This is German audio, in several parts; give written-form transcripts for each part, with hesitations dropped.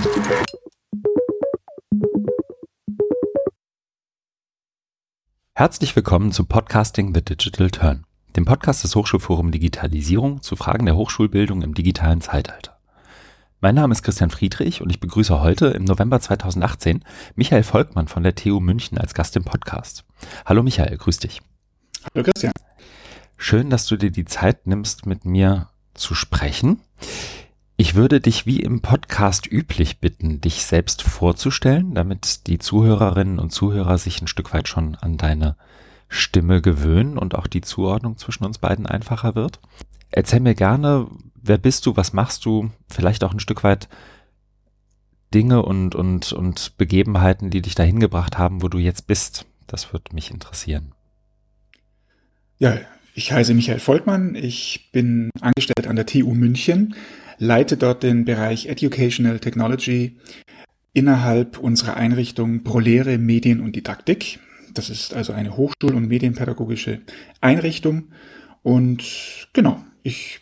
Herzlich willkommen zu Podcasting The Digital Turn, dem Podcast des Hochschulforum Digitalisierung zu Fragen der Hochschulbildung im digitalen Zeitalter. Mein Name ist Christian Friedrich und ich begrüße heute im November 2018 Michael Volkmann von der TU München als Gast im Podcast. Hallo Michael, grüß dich. Hallo Christian. Schön, dass du dir die Zeit nimmst, mit mir zu sprechen. Ich würde dich wie im Podcast üblich bitten, dich selbst vorzustellen, damit die Zuhörerinnen und Zuhörer sich ein Stück weit schon an deine Stimme gewöhnen und auch die Zuordnung zwischen uns beiden einfacher wird. Erzähl mir gerne, wer bist du, was machst du, vielleicht auch ein Stück weit Dinge und Begebenheiten, die dich dahin gebracht haben, wo du jetzt bist. Das würde mich interessieren. Ja, ich heiße Michael Volkmann, ich bin angestellt an der TU München, leite dort den Bereich Educational Technology innerhalb unserer Einrichtung ProLehre Medien und Didaktik. Das ist also eine Hochschul- und medienpädagogische Einrichtung. Und genau, ich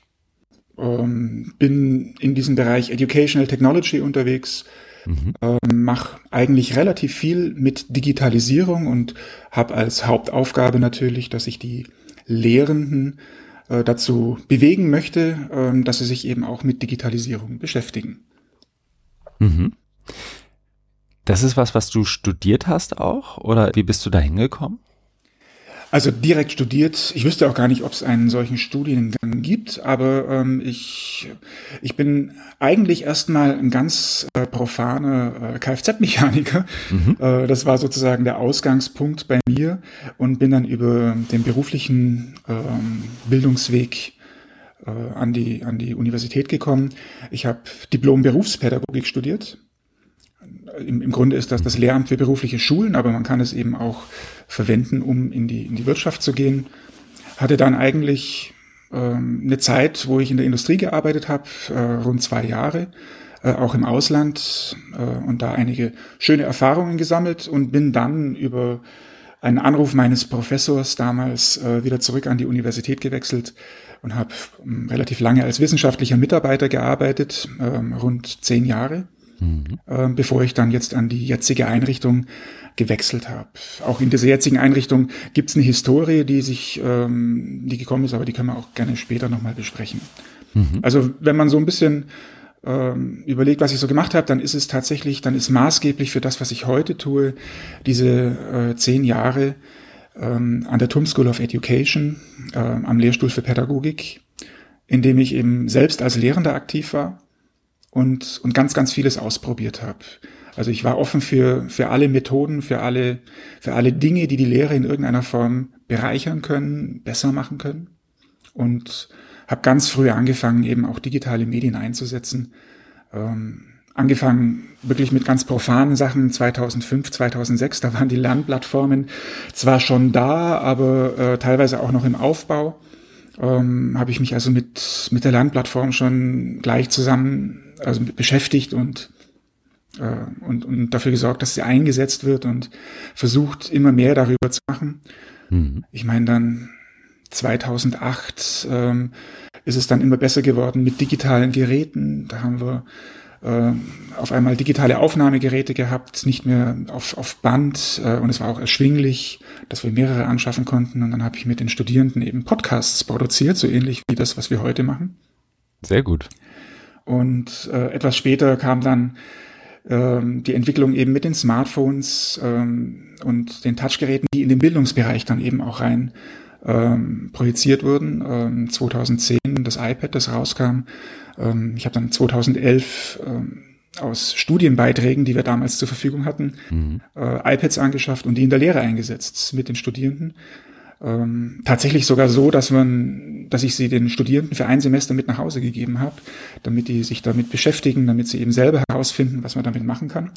bin in diesem Bereich Educational Technology unterwegs, mache eigentlich relativ viel mit Digitalisierung und habe als Hauptaufgabe natürlich, dass ich die Lehrenden dazu bewegen möchte, dass sie sich eben auch mit Digitalisierung beschäftigen. Mhm. Das ist was du studiert hast auch? Oder wie bist du da hingekommen? Also direkt studiert. Ich wüsste auch gar nicht, ob es einen solchen Studiengang gibt, aber ich bin eigentlich erstmal ein ganz profaner Kfz-Mechaniker. Das war sozusagen der Ausgangspunkt bei mir und bin dann über den beruflichen Bildungsweg an die Universität gekommen. Ich habe Diplom-Berufspädagogik studiert. Im Grunde ist das Lehramt für berufliche Schulen, aber man kann es eben auch verwenden, um in die Wirtschaft zu gehen. Hatte dann eigentlich eine Zeit, wo ich in der Industrie gearbeitet habe, rund 2 Jahre, auch im Ausland und da einige schöne Erfahrungen gesammelt und bin dann über einen Anruf meines Professors damals wieder zurück an die Universität gewechselt und habe relativ lange als wissenschaftlicher Mitarbeiter gearbeitet, rund 10 Jahre. Bevor ich dann jetzt an die jetzige Einrichtung gewechselt habe. Auch in dieser jetzigen Einrichtung gibt es eine Historie, die gekommen ist, aber die können wir auch gerne später nochmal besprechen. Also wenn man so ein bisschen überlegt, was ich so gemacht habe, dann ist maßgeblich für das, was ich heute tue, diese 10 Jahre an der TUM School of Education, am Lehrstuhl für Pädagogik, in dem ich eben selbst als Lehrender aktiv war. Und ganz, ganz vieles ausprobiert habe. Also ich war offen für alle Methoden, für alle Dinge, die Lehre in irgendeiner Form bereichern können, besser machen können. Und habe ganz früh angefangen, eben auch digitale Medien einzusetzen. Angefangen wirklich mit ganz profanen Sachen 2005, 2006. Da waren die Lernplattformen zwar schon da, aber teilweise auch noch im Aufbau. Habe ich mich also mit der Lernplattform schon gleich beschäftigt und dafür gesorgt, dass sie eingesetzt wird und versucht, immer mehr darüber zu machen. Ich meine, dann 2008 ist es dann immer besser geworden mit digitalen Geräten. Da haben wir auf einmal digitale Aufnahmegeräte gehabt, nicht mehr auf Band, und es war auch erschwinglich, dass wir mehrere anschaffen konnten. Und dann habe ich mit den Studierenden eben Podcasts produziert, so ähnlich wie das, was wir heute machen. Sehr gut. Und etwas später kam dann die Entwicklung eben mit den Smartphones und den Touchgeräten, die in den Bildungsbereich dann eben auch rein projiziert wurden. 2010 das iPad, das rauskam. Ich habe dann 2011 aus Studienbeiträgen, die wir damals zur Verfügung hatten, iPads angeschafft und die in der Lehre eingesetzt mit den Studierenden. Tatsächlich sogar so, dass ich sie den Studierenden für ein Semester mit nach Hause gegeben habe, damit die sich damit beschäftigen, damit sie eben selber herausfinden, was man damit machen kann.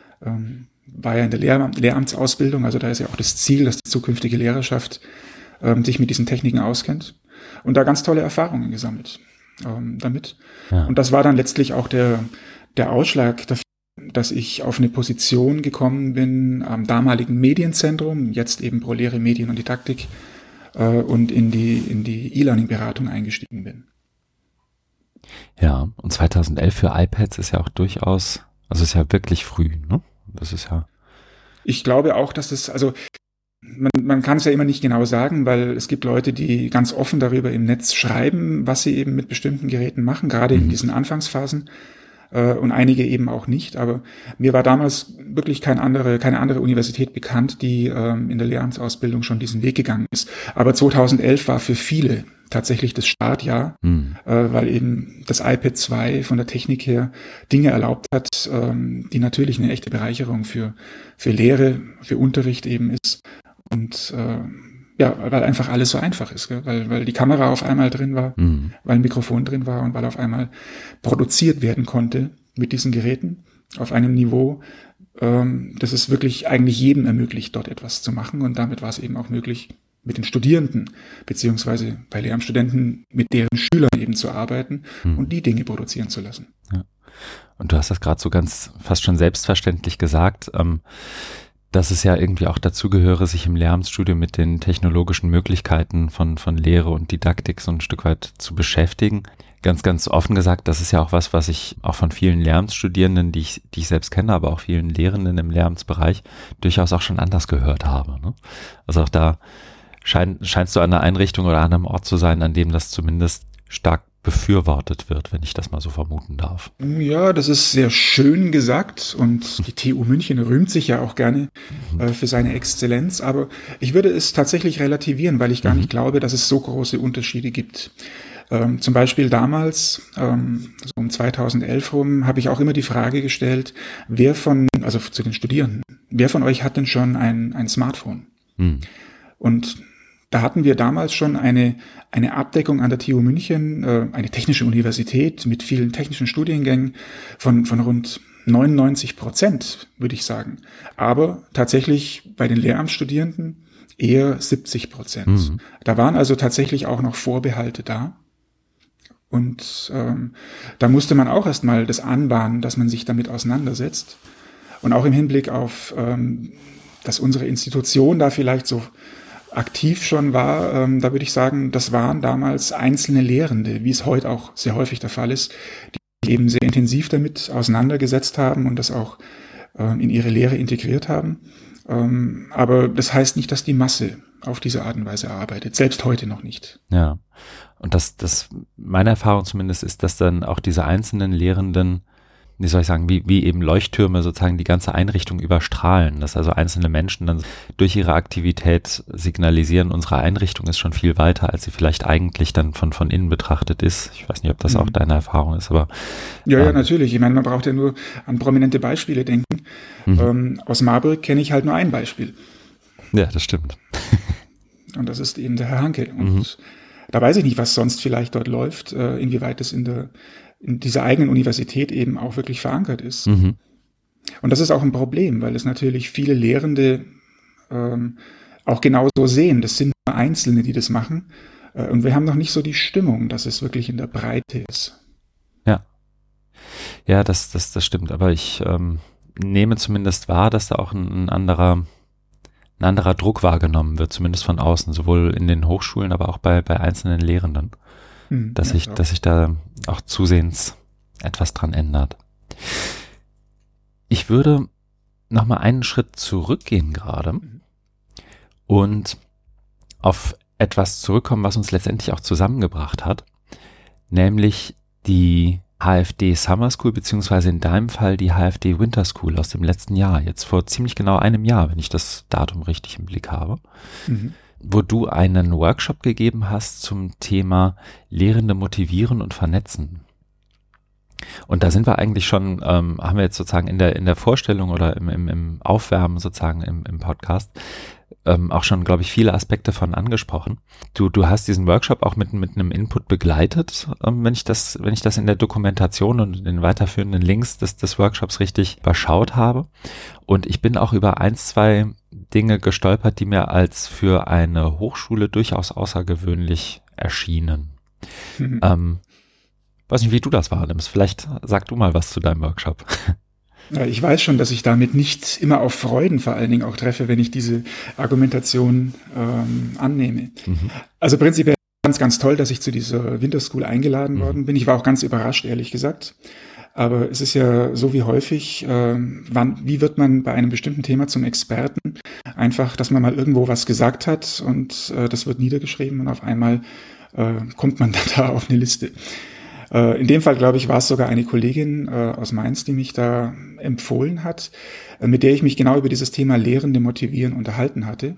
War ja in der Lehramtsausbildung, also da ist ja auch das Ziel, dass die zukünftige Lehrerschaft sich mit diesen Techniken auskennt und da ganz tolle Erfahrungen gesammelt damit. Ja. Und das war dann letztlich auch der Ausschlag dafür, dass ich auf eine Position gekommen bin am damaligen Medienzentrum, jetzt eben ProLehre Medien und Didaktik, und in die E-Learning-Beratung eingestiegen bin. Ja, und 2011 für iPads ist ja auch durchaus, Also es ist ja wirklich früh, ne? Das ist ja. Ich glaube auch, dass das, also man kann es ja immer nicht genau sagen, weil es gibt Leute, die ganz offen darüber im Netz schreiben, was sie eben mit bestimmten Geräten machen, gerade in diesen Anfangsphasen. Und einige eben auch nicht. Aber mir war damals wirklich keine andere Universität bekannt, die in der Lehramtsausbildung schon diesen Weg gegangen ist. Aber 2011 war für viele tatsächlich das Startjahr, weil eben das iPad 2 von der Technik her Dinge erlaubt hat, die natürlich eine echte Bereicherung für Lehre, für Unterricht eben ist. Und weil einfach alles so einfach ist, gell? Weil die Kamera auf einmal drin war, weil ein Mikrofon drin war und weil auf einmal produziert werden konnte mit diesen Geräten auf einem Niveau, das es wirklich eigentlich jedem ermöglicht, dort etwas zu machen. Und damit war es eben auch möglich, mit den Studierenden, beziehungsweise bei Lehramtsstudenten mit deren Schülern eben zu arbeiten und die Dinge produzieren zu lassen. Ja. Und du hast das gerade so ganz fast schon selbstverständlich gesagt, dass es ja irgendwie auch dazugehöre, sich im Lehramtsstudium mit den technologischen Möglichkeiten von Lehre und Didaktik so ein Stück weit zu beschäftigen. Ganz, ganz offen gesagt, das ist ja auch was ich auch von vielen Lehramtsstudierenden, die ich selbst kenne, aber auch vielen Lehrenden im Lehramtsbereich durchaus auch schon anders gehört habe, ne? Also auch da scheinst du an einer Einrichtung oder an einem Ort zu sein, an dem das zumindest stark befürwortet wird, wenn ich das mal so vermuten darf. Ja, das ist sehr schön gesagt und die TU München rühmt sich ja auch gerne für seine Exzellenz, aber ich würde es tatsächlich relativieren, weil ich gar nicht glaube, dass es so große Unterschiede gibt. Zum Beispiel damals, so um 2011 rum, habe ich auch immer die Frage gestellt, also zu den Studierenden, wer von euch hat denn schon ein Smartphone? Und da hatten wir damals schon eine Abdeckung an der TU München, eine technische Universität mit vielen technischen Studiengängen von rund 99%, würde ich sagen. Aber tatsächlich bei den Lehramtsstudierenden eher 70%. Da waren also tatsächlich auch noch Vorbehalte da. Und da musste man auch erstmal das anbahnen, dass man sich damit auseinandersetzt. Und auch im Hinblick auf, dass unsere Institution da vielleicht so aktiv schon war, da würde ich sagen, das waren damals einzelne Lehrende, wie es heute auch sehr häufig der Fall ist, die sich eben sehr intensiv damit auseinandergesetzt haben und das auch in ihre Lehre integriert haben. Aber das heißt nicht, dass die Masse auf diese Art und Weise arbeitet, selbst heute noch nicht. Ja, und das meine Erfahrung zumindest ist, dass dann auch diese einzelnen Lehrenden, wie soll ich sagen, wie eben Leuchttürme sozusagen die ganze Einrichtung überstrahlen, dass also einzelne Menschen dann durch ihre Aktivität signalisieren, unsere Einrichtung ist schon viel weiter, als sie vielleicht eigentlich dann von innen betrachtet ist. Ich weiß nicht, ob das auch deine Erfahrung ist, aber ja, natürlich. Ich meine, man braucht ja nur an prominente Beispiele denken. Aus Marburg kenne ich halt nur ein Beispiel. Ja, das stimmt. Und das ist eben der Herr Hanke. Und da weiß ich nicht, was sonst vielleicht dort läuft, inwieweit es in dieser eigenen Universität eben auch wirklich verankert ist. Und das ist auch ein Problem, weil es natürlich viele Lehrende auch genauso sehen. Das sind nur Einzelne, die das machen. Und wir haben noch nicht so die Stimmung, dass es wirklich in der Breite ist. Ja, das stimmt. Aber ich nehme zumindest wahr, dass da auch ein anderer Druck wahrgenommen wird, zumindest von außen, sowohl in den Hochschulen, aber auch bei einzelnen Lehrenden. Dass sich da auch zusehends etwas dran ändert. Ich würde noch mal einen Schritt zurückgehen gerade und auf etwas zurückkommen, was uns letztendlich auch zusammengebracht hat, nämlich die HFD Summer School, beziehungsweise in deinem Fall die HFD Winter School aus dem letzten Jahr, jetzt vor ziemlich genau einem Jahr, wenn ich das Datum richtig im Blick habe. Wo du einen Workshop gegeben hast zum Thema Lehrende motivieren und vernetzen. Und da sind wir eigentlich schon, haben wir jetzt sozusagen in der Vorstellung oder im Aufwärmen sozusagen im Podcast auch schon, glaube ich, viele Aspekte von angesprochen. Du hast diesen Workshop auch mit einem Input begleitet, wenn ich das in der Dokumentation und in den weiterführenden Links des Workshops richtig überschaut habe. Und ich bin auch über 2 Dinge gestolpert, die mir als für eine Hochschule durchaus außergewöhnlich erschienen. Weiß nicht, wie du das wahrnimmst. Vielleicht sag du mal was zu deinem Workshop. Ja, ich weiß schon, dass ich damit nicht immer auf Freuden vor allen Dingen auch treffe, wenn ich diese Argumentation annehme. Also prinzipiell ganz, ganz toll, dass ich zu dieser Winter School eingeladen worden bin. Ich war auch ganz überrascht, ehrlich gesagt. Aber es ist ja so wie häufig, wie wird man bei einem bestimmten Thema zum Experten? Einfach, dass man mal irgendwo was gesagt hat und das wird niedergeschrieben und auf einmal kommt man dann da auf eine Liste. In dem Fall, glaube ich, war es sogar eine Kollegin aus Mainz, die mich da empfohlen hat, mit der ich mich genau über dieses Thema Lehrende motivieren unterhalten hatte.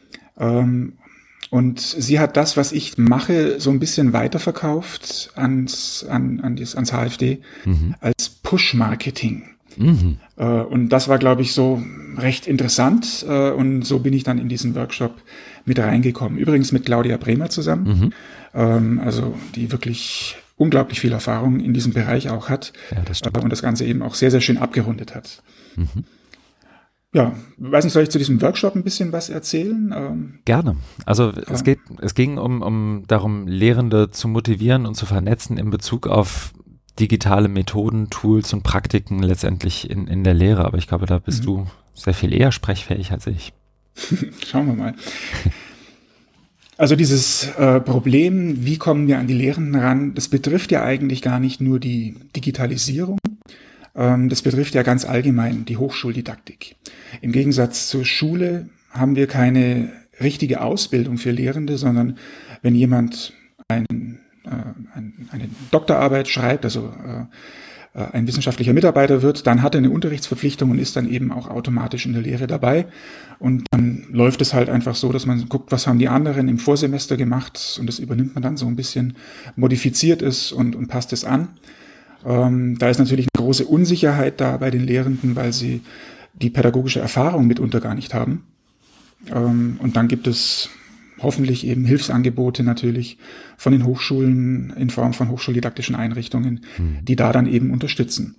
Und sie hat das, was ich mache, so ein bisschen weiterverkauft ans HFD als Push-Marketing. Und das war, glaube ich, so recht interessant. Und so bin ich dann in diesen Workshop mit reingekommen. Übrigens mit Claudia Bremer zusammen, also die wirklich unglaublich viel Erfahrung in diesem Bereich auch hat, Ja, das stimmt. und das Ganze eben auch sehr, sehr schön abgerundet hat. Ja, weiß nicht, soll ich zu diesem Workshop ein bisschen was erzählen? Gerne. Also es ging um darum, Lehrende zu motivieren und zu vernetzen in Bezug auf digitale Methoden, Tools und Praktiken letztendlich in der Lehre. Aber ich glaube, da bist du sehr viel eher sprechfähig als ich. Schauen wir mal. Also dieses Problem, wie kommen wir an die Lehrenden ran, das betrifft ja eigentlich gar nicht nur die Digitalisierung, das betrifft ja ganz allgemein die Hochschuldidaktik. Im Gegensatz zur Schule haben wir keine richtige Ausbildung für Lehrende, sondern wenn jemand eine Doktorarbeit schreibt, also ein wissenschaftlicher Mitarbeiter wird, dann hat er eine Unterrichtsverpflichtung und ist dann eben auch automatisch in der Lehre dabei. Und dann läuft es halt einfach so, dass man guckt, was haben die anderen im Vorsemester gemacht, und das übernimmt man dann so ein bisschen, modifiziert es und passt es an. Da ist natürlich eine große Unsicherheit da bei den Lehrenden, weil sie die pädagogische Erfahrung mitunter gar nicht haben. Und dann gibt es hoffentlich eben Hilfsangebote natürlich von den Hochschulen in Form von hochschuldidaktischen Einrichtungen, die da dann eben unterstützen.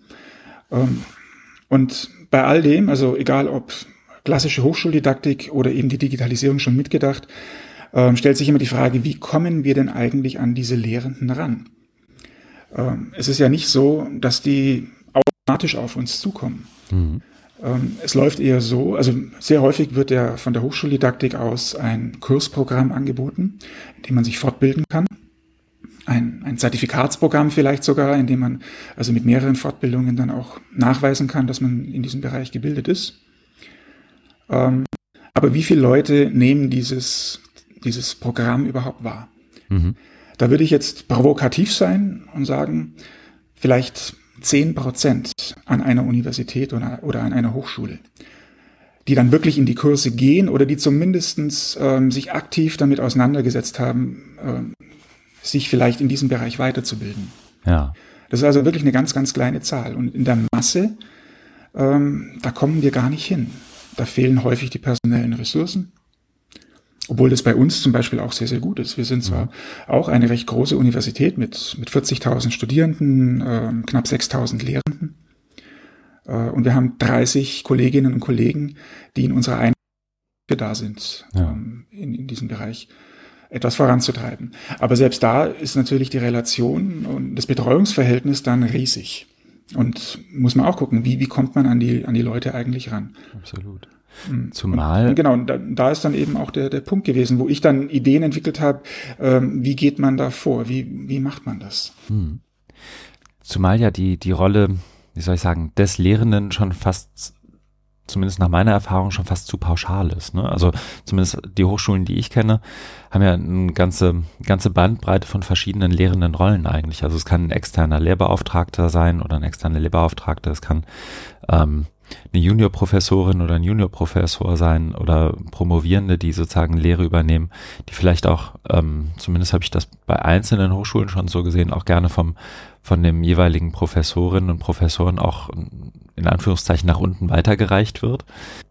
Und bei all dem, also egal ob klassische Hochschuldidaktik oder eben die Digitalisierung schon mitgedacht, stellt sich immer die Frage, wie kommen wir denn eigentlich an diese Lehrenden ran? Es ist ja nicht so, dass die automatisch auf uns zukommen. Es läuft eher so, also sehr häufig wird ja von der Hochschuldidaktik aus ein Kursprogramm angeboten, in dem man sich fortbilden kann. Ein Zertifikatsprogramm vielleicht sogar, in dem man also mit mehreren Fortbildungen dann auch nachweisen kann, dass man in diesem Bereich gebildet ist. Aber wie viele Leute nehmen dieses Programm überhaupt wahr? Da würde ich jetzt provokativ sein und sagen, vielleicht 10% an einer Universität oder an einer Hochschule, die dann wirklich in die Kurse gehen oder die zumindest sich aktiv damit auseinandergesetzt haben, sich vielleicht in diesem Bereich weiterzubilden. Ja. Das ist also wirklich eine ganz, ganz kleine Zahl. Und in der Masse, da kommen wir gar nicht hin. Da fehlen häufig die personellen Ressourcen. Obwohl das bei uns zum Beispiel auch sehr, sehr gut ist. Wir sind zwar auch eine recht große Universität mit 40.000 Studierenden, knapp 6.000 Lehrenden. Und wir haben 30 Kolleginnen und Kollegen, die in unserer Einrichtung da sind, in diesem Bereich etwas voranzutreiben. Aber selbst da ist natürlich die Relation und das Betreuungsverhältnis dann riesig. Und muss man auch gucken, wie kommt man an die Leute eigentlich ran. Absolut. Zumal. Und genau, da ist dann eben auch der Punkt gewesen, wo ich dann Ideen entwickelt habe, wie geht man da vor, wie macht man das? Zumal ja die Rolle, wie soll ich sagen, des Lehrenden schon fast, zumindest nach meiner Erfahrung, schon fast zu pauschal ist. Ne? Also zumindest die Hochschulen, die ich kenne, haben ja eine ganze Bandbreite von verschiedenen lehrenden Rollen eigentlich. Also es kann ein externer Lehrbeauftragter sein oder eine externe Lehrbeauftragte, es kann eine Juniorprofessorin oder ein Juniorprofessor sein oder Promovierende, die sozusagen Lehre übernehmen, die vielleicht auch, zumindest habe ich das bei einzelnen Hochschulen schon so gesehen, auch gerne von dem jeweiligen Professorinnen und Professoren auch in Anführungszeichen nach unten weitergereicht wird.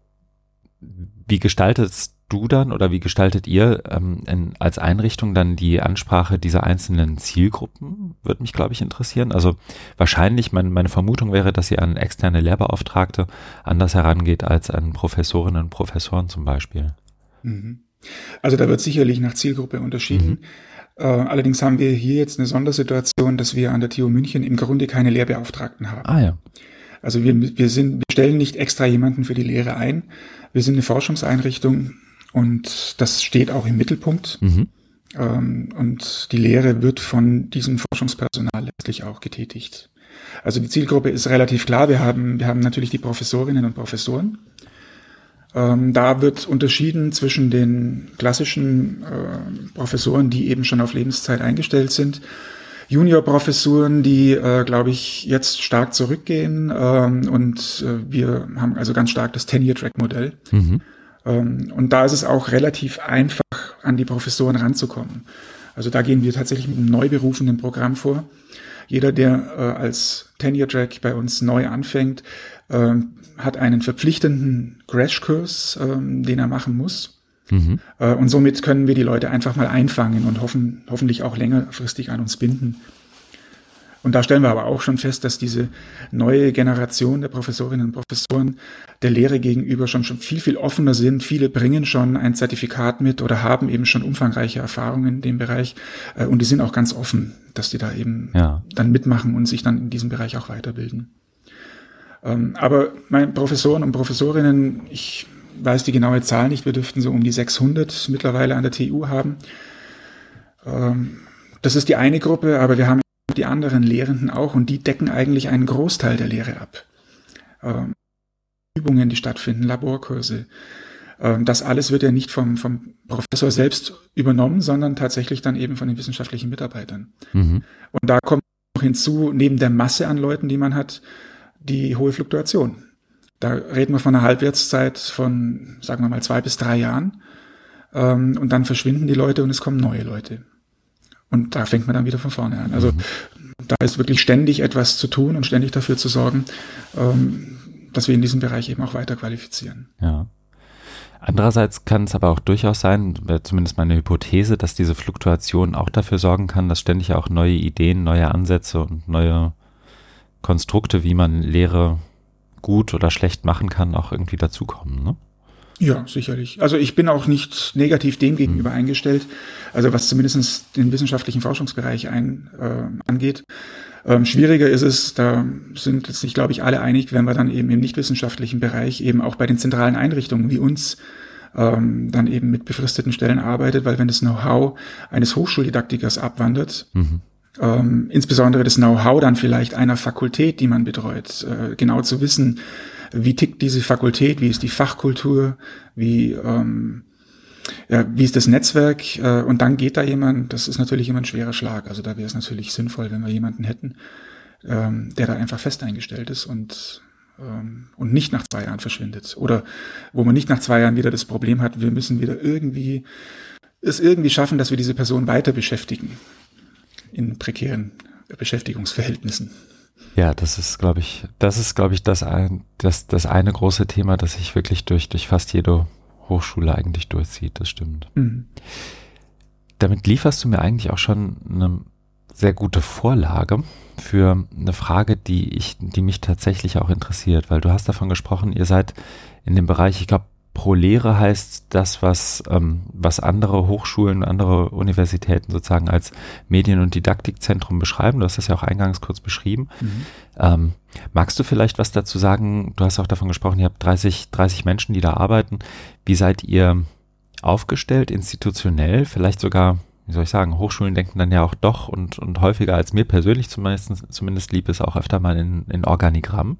Wie gestaltest du dann oder wie gestaltet ihr als Einrichtung dann die Ansprache dieser einzelnen Zielgruppen? Würde mich, glaube ich, interessieren. Also wahrscheinlich, meine Vermutung wäre, dass ihr an externe Lehrbeauftragte anders herangeht als an Professorinnen und Professoren zum Beispiel. Also da wird sicherlich nach Zielgruppe unterschieden. Allerdings haben wir hier jetzt eine Sondersituation, dass wir an der TU München im Grunde keine Lehrbeauftragten haben. Ah ja. Also wir stellen nicht extra jemanden für die Lehre ein. Wir sind eine Forschungseinrichtung und das steht auch im Mittelpunkt. Und die Lehre wird von diesem Forschungspersonal letztlich auch getätigt. Also die Zielgruppe ist relativ klar. Wir haben natürlich die Professorinnen und Professoren. Da wird unterschieden zwischen den klassischen Professoren, die eben schon auf Lebenszeit eingestellt sind, Juniorprofessuren, die, glaube ich, jetzt stark zurückgehen, und wir haben also ganz stark das Tenure-Track-Modell. Mhm. Und da ist es auch relativ einfach, an die Professoren ranzukommen. Also da gehen wir tatsächlich mit einem neu berufenen Programm vor. Jeder, der als Tenure-Track bei uns neu anfängt, hat einen verpflichtenden Crashkurs, den er machen muss. Mhm. Und somit können wir die Leute einfach mal einfangen und hoffentlich auch längerfristig an uns binden. Und da stellen wir aber auch schon fest, dass diese neue Generation der Professorinnen und Professoren der Lehre gegenüber schon viel, viel offener sind. Viele bringen schon ein Zertifikat mit oder haben eben schon umfangreiche Erfahrungen in dem Bereich. Und die sind auch ganz offen, dass die da eben dann mitmachen und sich dann in diesem Bereich auch weiterbilden. Aber meine Professoren und Professorinnen, ich weiß die genaue Zahl nicht, wir dürften so um die 600 mittlerweile an der TU haben. Das ist die eine Gruppe, aber wir haben die anderen Lehrenden auch und die decken eigentlich einen Großteil der Lehre ab. Übungen, die stattfinden, Laborkurse. Das alles wird ja nicht vom Professor selbst übernommen, sondern tatsächlich dann eben von den wissenschaftlichen Mitarbeitern. Mhm. Und da kommt noch hinzu, neben der Masse an Leuten, die man hat, die hohe Fluktuation. Da reden wir von einer Halbwertszeit von, sagen wir mal, 2 bis 3 Jahren. Und dann verschwinden die Leute und es kommen neue Leute. Und da fängt man dann wieder von vorne an. Also da ist wirklich ständig etwas zu tun und ständig dafür zu sorgen, dass wir in diesem Bereich eben auch weiter qualifizieren. Ja. Andererseits kann es aber auch durchaus sein, wäre zumindest meine Hypothese, dass diese Fluktuation auch dafür sorgen kann, dass ständig auch neue Ideen, neue Ansätze und neue Konstrukte, wie man Lehre gut oder schlecht machen kann, auch irgendwie dazukommen, ne? Ja, sicherlich. Also ich bin auch nicht negativ dem gegenüber eingestellt, also was zumindest den wissenschaftlichen Forschungsbereich angeht. Schwieriger ist es, da sind sich, glaube ich, alle einig, wenn wir dann eben im nichtwissenschaftlichen Bereich eben auch bei den zentralen Einrichtungen wie uns dann eben mit befristeten Stellen arbeitet, weil wenn das Know-how eines Hochschuldidaktikers abwandert, insbesondere das Know-how dann vielleicht einer Fakultät, die man betreut, genau zu wissen, wie tickt diese Fakultät, wie ist die Fachkultur, wie ist das Netzwerk, und dann geht da jemand, das ist natürlich immer ein schwerer Schlag. Also da wäre es natürlich sinnvoll, wenn wir jemanden hätten, der da einfach fest eingestellt ist und nicht nach 2 Jahren verschwindet. Oder wo man nicht nach 2 Jahren wieder das Problem hat, wir müssen wieder irgendwie schaffen, dass wir diese Person weiter beschäftigen in prekären Beschäftigungsverhältnissen. Ja, das ist, glaube ich, das eine große Thema, das sich wirklich durch fast jede Hochschule eigentlich durchzieht, das stimmt. Mhm. Damit lieferst du mir eigentlich auch schon eine sehr gute Vorlage für eine Frage, die mich tatsächlich auch interessiert, weil du hast davon gesprochen, ihr seid in dem Bereich, ich glaube, pro Lehre heißt das, was andere Hochschulen, andere Universitäten sozusagen als Medien- und Didaktikzentrum beschreiben. Du hast das ja auch eingangs kurz beschrieben. Mhm. Magst du vielleicht was dazu sagen? Du hast auch davon gesprochen, ihr habt 30 Menschen, die da arbeiten. Wie seid ihr aufgestellt, institutionell? Vielleicht sogar, wie soll ich sagen, Hochschulen denken dann ja auch doch und häufiger als mir persönlich zumindest lieb ist auch öfter mal in Organigramm.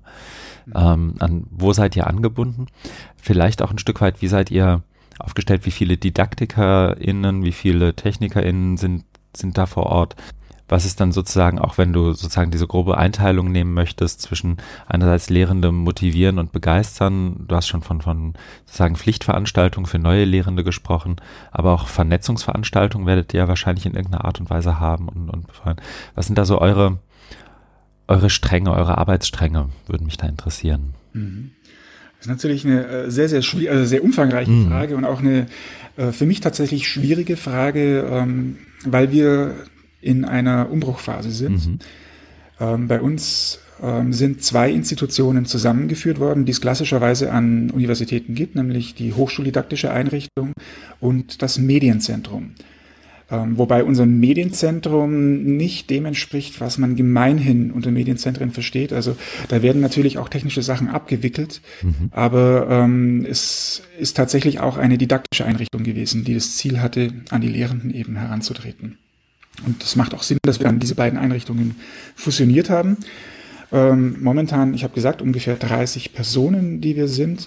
An wo seid ihr angebunden? Vielleicht auch ein Stück weit, wie seid ihr aufgestellt? Wie viele DidaktikerInnen, wie viele TechnikerInnen sind da vor Ort? Was ist dann sozusagen, auch wenn du sozusagen diese grobe Einteilung nehmen möchtest zwischen einerseits Lehrende motivieren und begeistern, du hast schon von sozusagen Pflichtveranstaltungen für neue Lehrende gesprochen, aber auch Vernetzungsveranstaltungen werdet ihr ja wahrscheinlich in irgendeiner Art und Weise haben und was sind da so eure Stränge, eure Arbeitsstränge, würden mich da interessieren. Das ist natürlich eine sehr, sehr sehr umfangreiche Frage und auch eine für mich tatsächlich schwierige Frage, weil wir in einer Umbruchphase sind. Bei uns sind 2 Institutionen zusammengeführt worden, die es klassischerweise an Universitäten gibt, nämlich die Hochschuldidaktische Einrichtung und das Medienzentrum. Wobei unser Medienzentrum nicht dem entspricht, was man gemeinhin unter Medienzentren versteht. Also da werden natürlich auch technische Sachen abgewickelt, aber es ist tatsächlich auch eine didaktische Einrichtung gewesen, die das Ziel hatte, an die Lehrenden eben heranzutreten. Und das macht auch Sinn, dass wir dann diese beiden Einrichtungen fusioniert haben. Momentan, ich habe gesagt, ungefähr 30 Personen, die wir sind.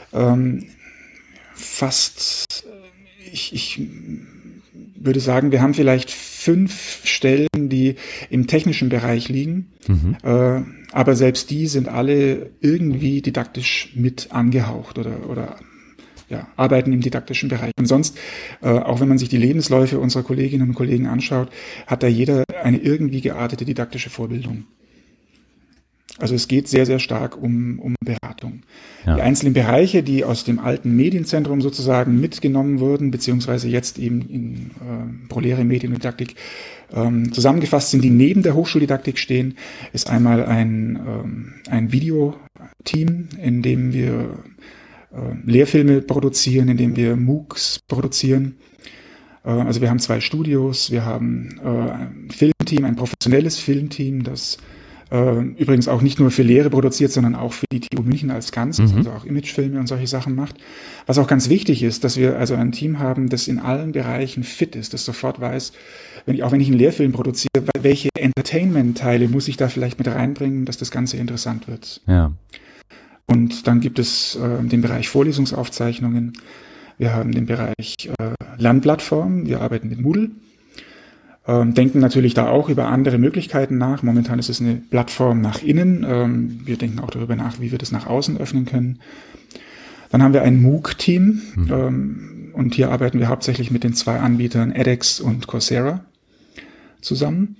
Ich würde sagen, wir haben vielleicht 5 Stellen, die im technischen Bereich liegen. Aber selbst die sind alle irgendwie didaktisch mit angehaucht oder arbeiten im didaktischen Bereich. Und sonst, auch wenn man sich die Lebensläufe unserer Kolleginnen und Kollegen anschaut, hat da jeder eine irgendwie geartete didaktische Vorbildung. Also es geht sehr, sehr stark um Beratung. Ja. Die einzelnen Bereiche, die aus dem alten Medienzentrum sozusagen mitgenommen wurden, beziehungsweise jetzt eben in ProLehre Medien und Didaktik zusammengefasst sind, die neben der Hochschuldidaktik stehen, ist einmal ein Videoteam, in dem wir Lehrfilme produzieren, in dem wir MOOCs produzieren. Also wir haben 2 Studios, wir haben ein Filmteam, ein professionelles Filmteam, das übrigens auch nicht nur für Lehre produziert, sondern auch für die TU München als Ganzes, also auch Imagefilme und solche Sachen macht. Was auch ganz wichtig ist, dass wir also ein Team haben, das in allen Bereichen fit ist, das sofort weiß, wenn ich einen Lehrfilm produziere, welche Entertainment-Teile muss ich da vielleicht mit reinbringen, dass das Ganze interessant wird. Ja. Und dann gibt es den Bereich Vorlesungsaufzeichnungen. Wir haben den Bereich Lernplattformen. Wir arbeiten mit Moodle. Denken natürlich da auch über andere Möglichkeiten nach. Momentan ist es eine Plattform nach innen. Wir denken auch darüber nach, wie wir das nach außen öffnen können. Dann haben wir ein MOOC-Team. Und hier arbeiten wir hauptsächlich mit den 2 Anbietern edX und Coursera zusammen.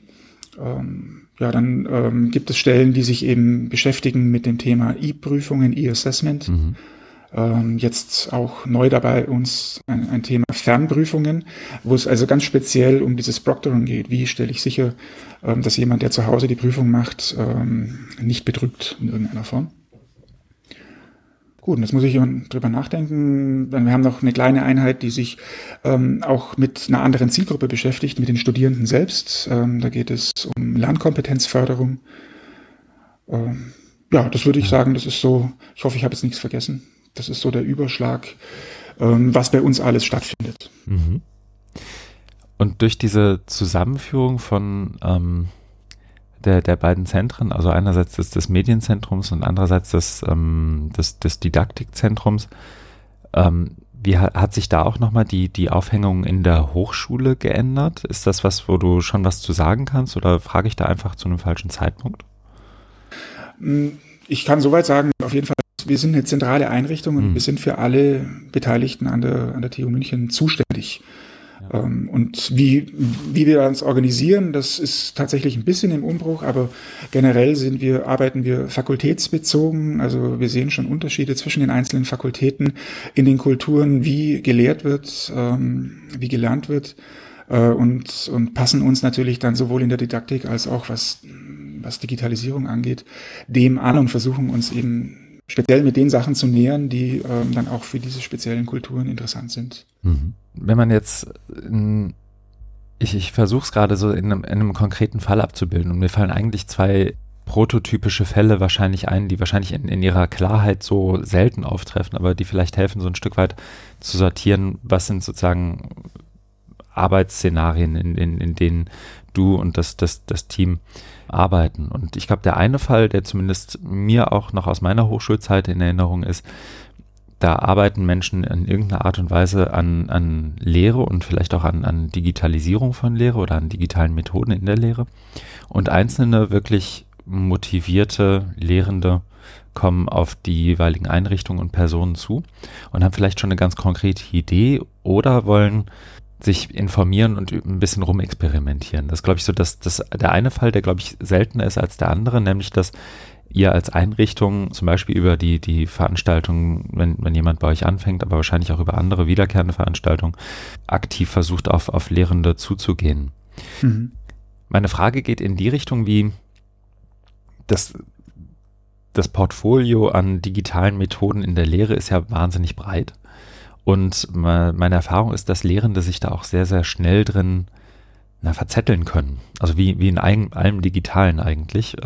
Dann gibt es Stellen, die sich eben beschäftigen mit dem Thema E-Prüfungen, E-Assessment. Jetzt auch neu dabei uns ein Thema Fernprüfungen, wo es also ganz speziell um dieses Proctoring geht. Wie stelle ich sicher, dass jemand, der zu Hause die Prüfung macht, nicht betrügt in irgendeiner Form. Gut, und jetzt muss ich drüber nachdenken. Wir haben noch eine kleine Einheit, die sich auch mit einer anderen Zielgruppe beschäftigt, mit den Studierenden selbst. Da geht es um Lernkompetenzförderung. Das würde ich sagen, das ist so, ich hoffe, ich habe jetzt nichts vergessen. Das ist so der Überschlag, was bei uns alles stattfindet. Und durch diese Zusammenführung von der beiden Zentren, also einerseits des Medienzentrums und andererseits des Didaktikzentrums, wie hat sich da auch nochmal die Aufhängung in der Hochschule geändert? Ist das was, wo du schon was zu sagen kannst, oder frage ich da einfach zu einem falschen Zeitpunkt? Ich kann soweit sagen, auf jeden Fall, wir sind eine zentrale Einrichtung und wir sind für alle Beteiligten an der TU München zuständig. Ja. Und wie wir uns organisieren, das ist tatsächlich ein bisschen im Umbruch, aber generell arbeiten wir fakultätsbezogen. Also wir sehen schon Unterschiede zwischen den einzelnen Fakultäten in den Kulturen, wie gelehrt wird, wie gelernt wird, und passen uns natürlich dann sowohl in der Didaktik als auch was Digitalisierung angeht, dem an und versuchen uns eben speziell mit den Sachen zu nähern, die dann auch für diese speziellen Kulturen interessant sind. Wenn man jetzt, ich versuche es gerade so in einem konkreten Fall abzubilden, und mir fallen eigentlich 2 prototypische Fälle wahrscheinlich ein, die wahrscheinlich in ihrer Klarheit so selten auftreffen, aber die vielleicht helfen, so ein Stück weit zu sortieren, was sind sozusagen Arbeitsszenarien, in denen du und das Team arbeiten. Und ich glaube, der eine Fall, der zumindest mir auch noch aus meiner Hochschulzeit in Erinnerung ist, da arbeiten Menschen in irgendeiner Art und Weise an Lehre und vielleicht auch an Digitalisierung von Lehre oder an digitalen Methoden in der Lehre. Und einzelne wirklich motivierte Lehrende kommen auf die jeweiligen Einrichtungen und Personen zu und haben vielleicht schon eine ganz konkrete Idee oder wollen sich informieren und ein bisschen rumexperimentieren. Das ist, glaube ich, so der eine Fall, der, glaube ich, seltener ist als der andere, nämlich, dass ihr als Einrichtung zum Beispiel über die Veranstaltungen, wenn jemand bei euch anfängt, aber wahrscheinlich auch über andere wiederkehrende Veranstaltungen, aktiv versucht, auf Lehrende zuzugehen. Meine Frage geht in die Richtung, wie das Portfolio an digitalen Methoden in der Lehre ist ja wahnsinnig breit. Und meine Erfahrung ist, dass Lehrende sich da auch sehr, sehr schnell drin verzetteln können. Also wie in allem Digitalen eigentlich.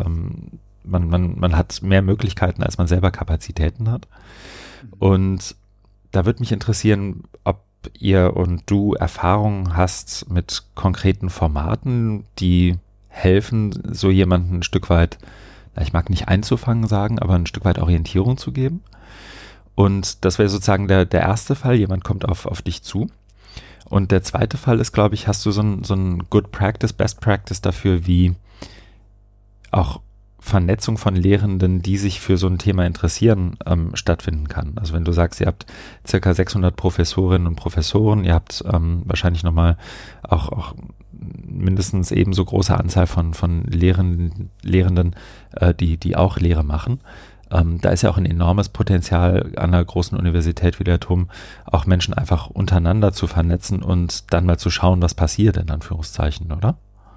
Man hat mehr Möglichkeiten, als man selber Kapazitäten hat. Und da würde mich interessieren, ob ihr und du Erfahrungen hast mit konkreten Formaten, die helfen, so jemanden ein Stück weit ich mag nicht einzufangen sagen, aber ein Stück weit Orientierung zu geben. Und das wäre sozusagen der erste Fall, jemand kommt auf dich zu. Und der zweite Fall ist, glaube ich, hast du so ein Good Practice, Best Practice dafür, wie auch Vernetzung von Lehrenden, die sich für so ein Thema interessieren, stattfinden kann. Also wenn du sagst, ihr habt circa 600 Professorinnen und Professoren, ihr habt wahrscheinlich nochmal auch mindestens ebenso große Anzahl von Lehrenden, die auch Lehre machen. Da ist ja auch ein enormes Potenzial an einer großen Universität wie der TUM, auch Menschen einfach untereinander zu vernetzen und dann mal zu schauen, was passiert, in Anführungszeichen, oder?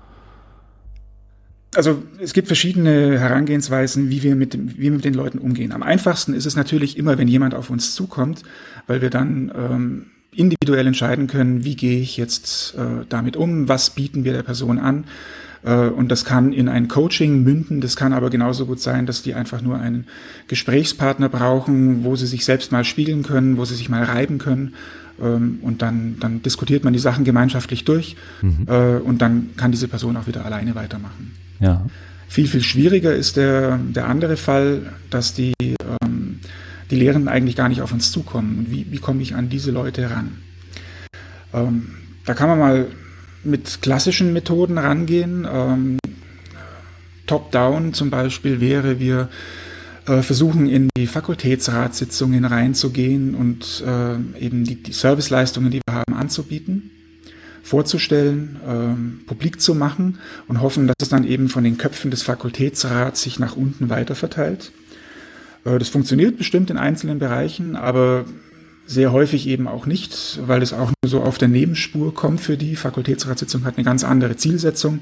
Also es gibt verschiedene Herangehensweisen, wie wir mit den Leuten umgehen. Am einfachsten ist es natürlich immer, wenn jemand auf uns zukommt, weil wir dann individuell entscheiden können, wie gehe ich jetzt damit um, was bieten wir der Person an. Und das kann in ein Coaching münden, das kann aber genauso gut sein, dass die einfach nur einen Gesprächspartner brauchen, wo sie sich selbst mal spiegeln können, wo sie sich mal reiben können. Und dann diskutiert man die Sachen gemeinschaftlich durch und dann kann diese Person auch wieder alleine weitermachen. Ja. Viel, viel schwieriger ist der andere Fall, dass die Lehrenden eigentlich gar nicht auf uns zukommen. Und wie komme ich an diese Leute ran? Da kann man mal mit klassischen Methoden rangehen. Top-down zum Beispiel wäre, wir versuchen in die Fakultätsratssitzungen reinzugehen und eben die Serviceleistungen, die wir haben, anzubieten, vorzustellen, publik zu machen und hoffen, dass es dann eben von den Köpfen des Fakultätsrats sich nach unten weiter verteilt. Das funktioniert bestimmt in einzelnen Bereichen, aber sehr häufig eben auch nicht, weil es auch nur so auf der Nebenspur kommt für die Fakultätsratssitzung, hat eine ganz andere Zielsetzung.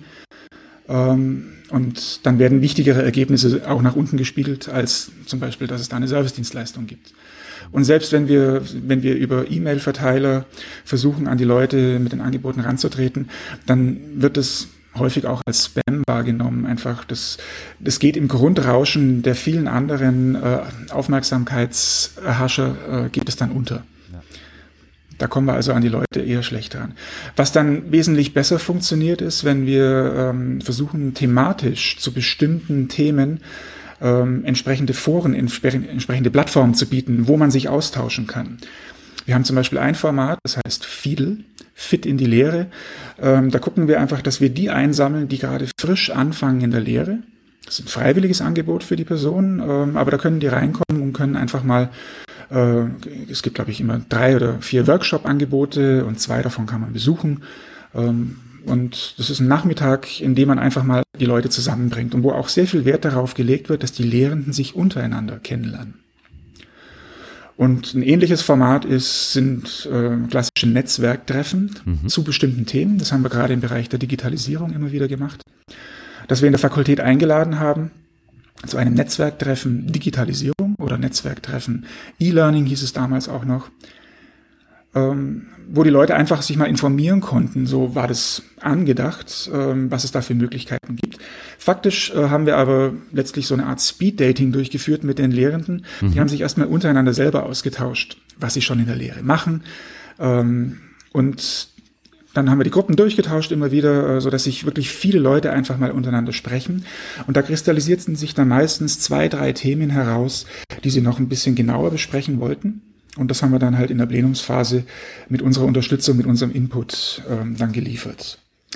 Und dann werden wichtigere Ergebnisse auch nach unten gespiegelt, als zum Beispiel, dass es da eine Servicedienstleistung gibt. Und selbst wenn wir über E-Mail-Verteiler versuchen, an die Leute mit den Angeboten ranzutreten, dann wird es häufig auch als Spam wahrgenommen. Einfach, das geht im Grundrauschen der vielen anderen Aufmerksamkeitserhascher, geht es dann unter. Ja. Da kommen wir also an die Leute eher schlecht ran. Was dann wesentlich besser funktioniert ist, wenn wir versuchen, thematisch zu bestimmten Themen entsprechende Foren, entsprechende Plattformen zu bieten, wo man sich austauschen kann. Wir haben zum Beispiel ein Format, das heißt FIDL, Fit in die Lehre. Da gucken wir einfach, dass wir die einsammeln, die gerade frisch anfangen in der Lehre. Das ist ein freiwilliges Angebot für die Personen, aber da können die reinkommen und können einfach mal, es gibt, glaube ich, immer 3 oder 4 Workshop-Angebote und 2 davon kann man besuchen. Und das ist ein Nachmittag, in dem man einfach mal die Leute zusammenbringt und wo auch sehr viel Wert darauf gelegt wird, dass die Lehrenden sich untereinander kennenlernen. Und ein ähnliches Format sind klassische Netzwerktreffen zu bestimmten Themen. Das haben wir gerade im Bereich der Digitalisierung immer wieder gemacht. Dass wir in der Fakultät eingeladen haben zu einem Netzwerktreffen Digitalisierung oder Netzwerktreffen E-Learning hieß es damals auch noch, wo die Leute einfach sich mal informieren konnten. So war das angedacht, was es da für Möglichkeiten gibt. Faktisch haben wir aber letztlich so eine Art Speed-Dating durchgeführt mit den Lehrenden. Die haben sich erstmal untereinander selber ausgetauscht, was sie schon in der Lehre machen. Und dann haben wir die Gruppen durchgetauscht immer wieder, so dass sich wirklich viele Leute einfach mal untereinander sprechen. Und da kristallisierten sich dann meistens 2, 3 Themen heraus, die sie noch ein bisschen genauer besprechen wollten. Und das haben wir dann halt in der Plenumsphase mit unserer Unterstützung, mit unserem Input dann geliefert.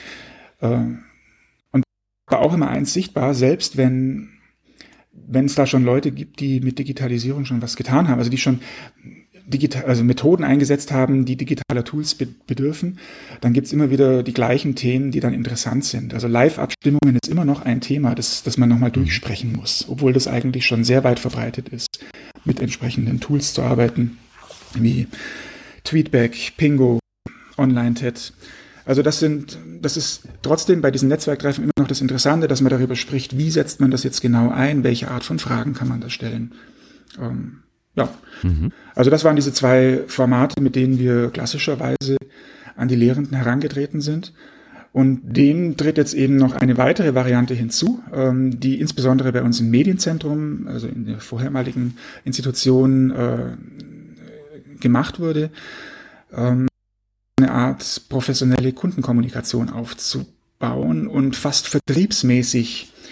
Und war auch immer eins sichtbar, selbst wenn es da schon Leute gibt, die mit Digitalisierung schon was getan haben, also die schon Methoden eingesetzt haben, die digitaler Tools bedürfen, dann gibt es immer wieder die gleichen Themen, die dann interessant sind. Also Live-Abstimmungen ist immer noch ein Thema, das man nochmal durchsprechen muss, obwohl das eigentlich schon sehr weit verbreitet ist, mit entsprechenden Tools zu arbeiten, wie Tweetback, Pingo, Online-TED. Also das ist trotzdem bei diesen Netzwerktreffen immer noch das Interessante, dass man darüber spricht, wie setzt man das jetzt genau ein, welche Art von Fragen kann man da stellen. Also das waren diese 2 Formate, mit denen wir klassischerweise an die Lehrenden herangetreten sind. Und dem tritt jetzt eben noch eine weitere Variante hinzu, die insbesondere bei uns im Medienzentrum, also in der vorhermaligen Institution, gemacht wurde, eine Art professionelle Kundenkommunikation aufzubauen und fast vertriebsmäßig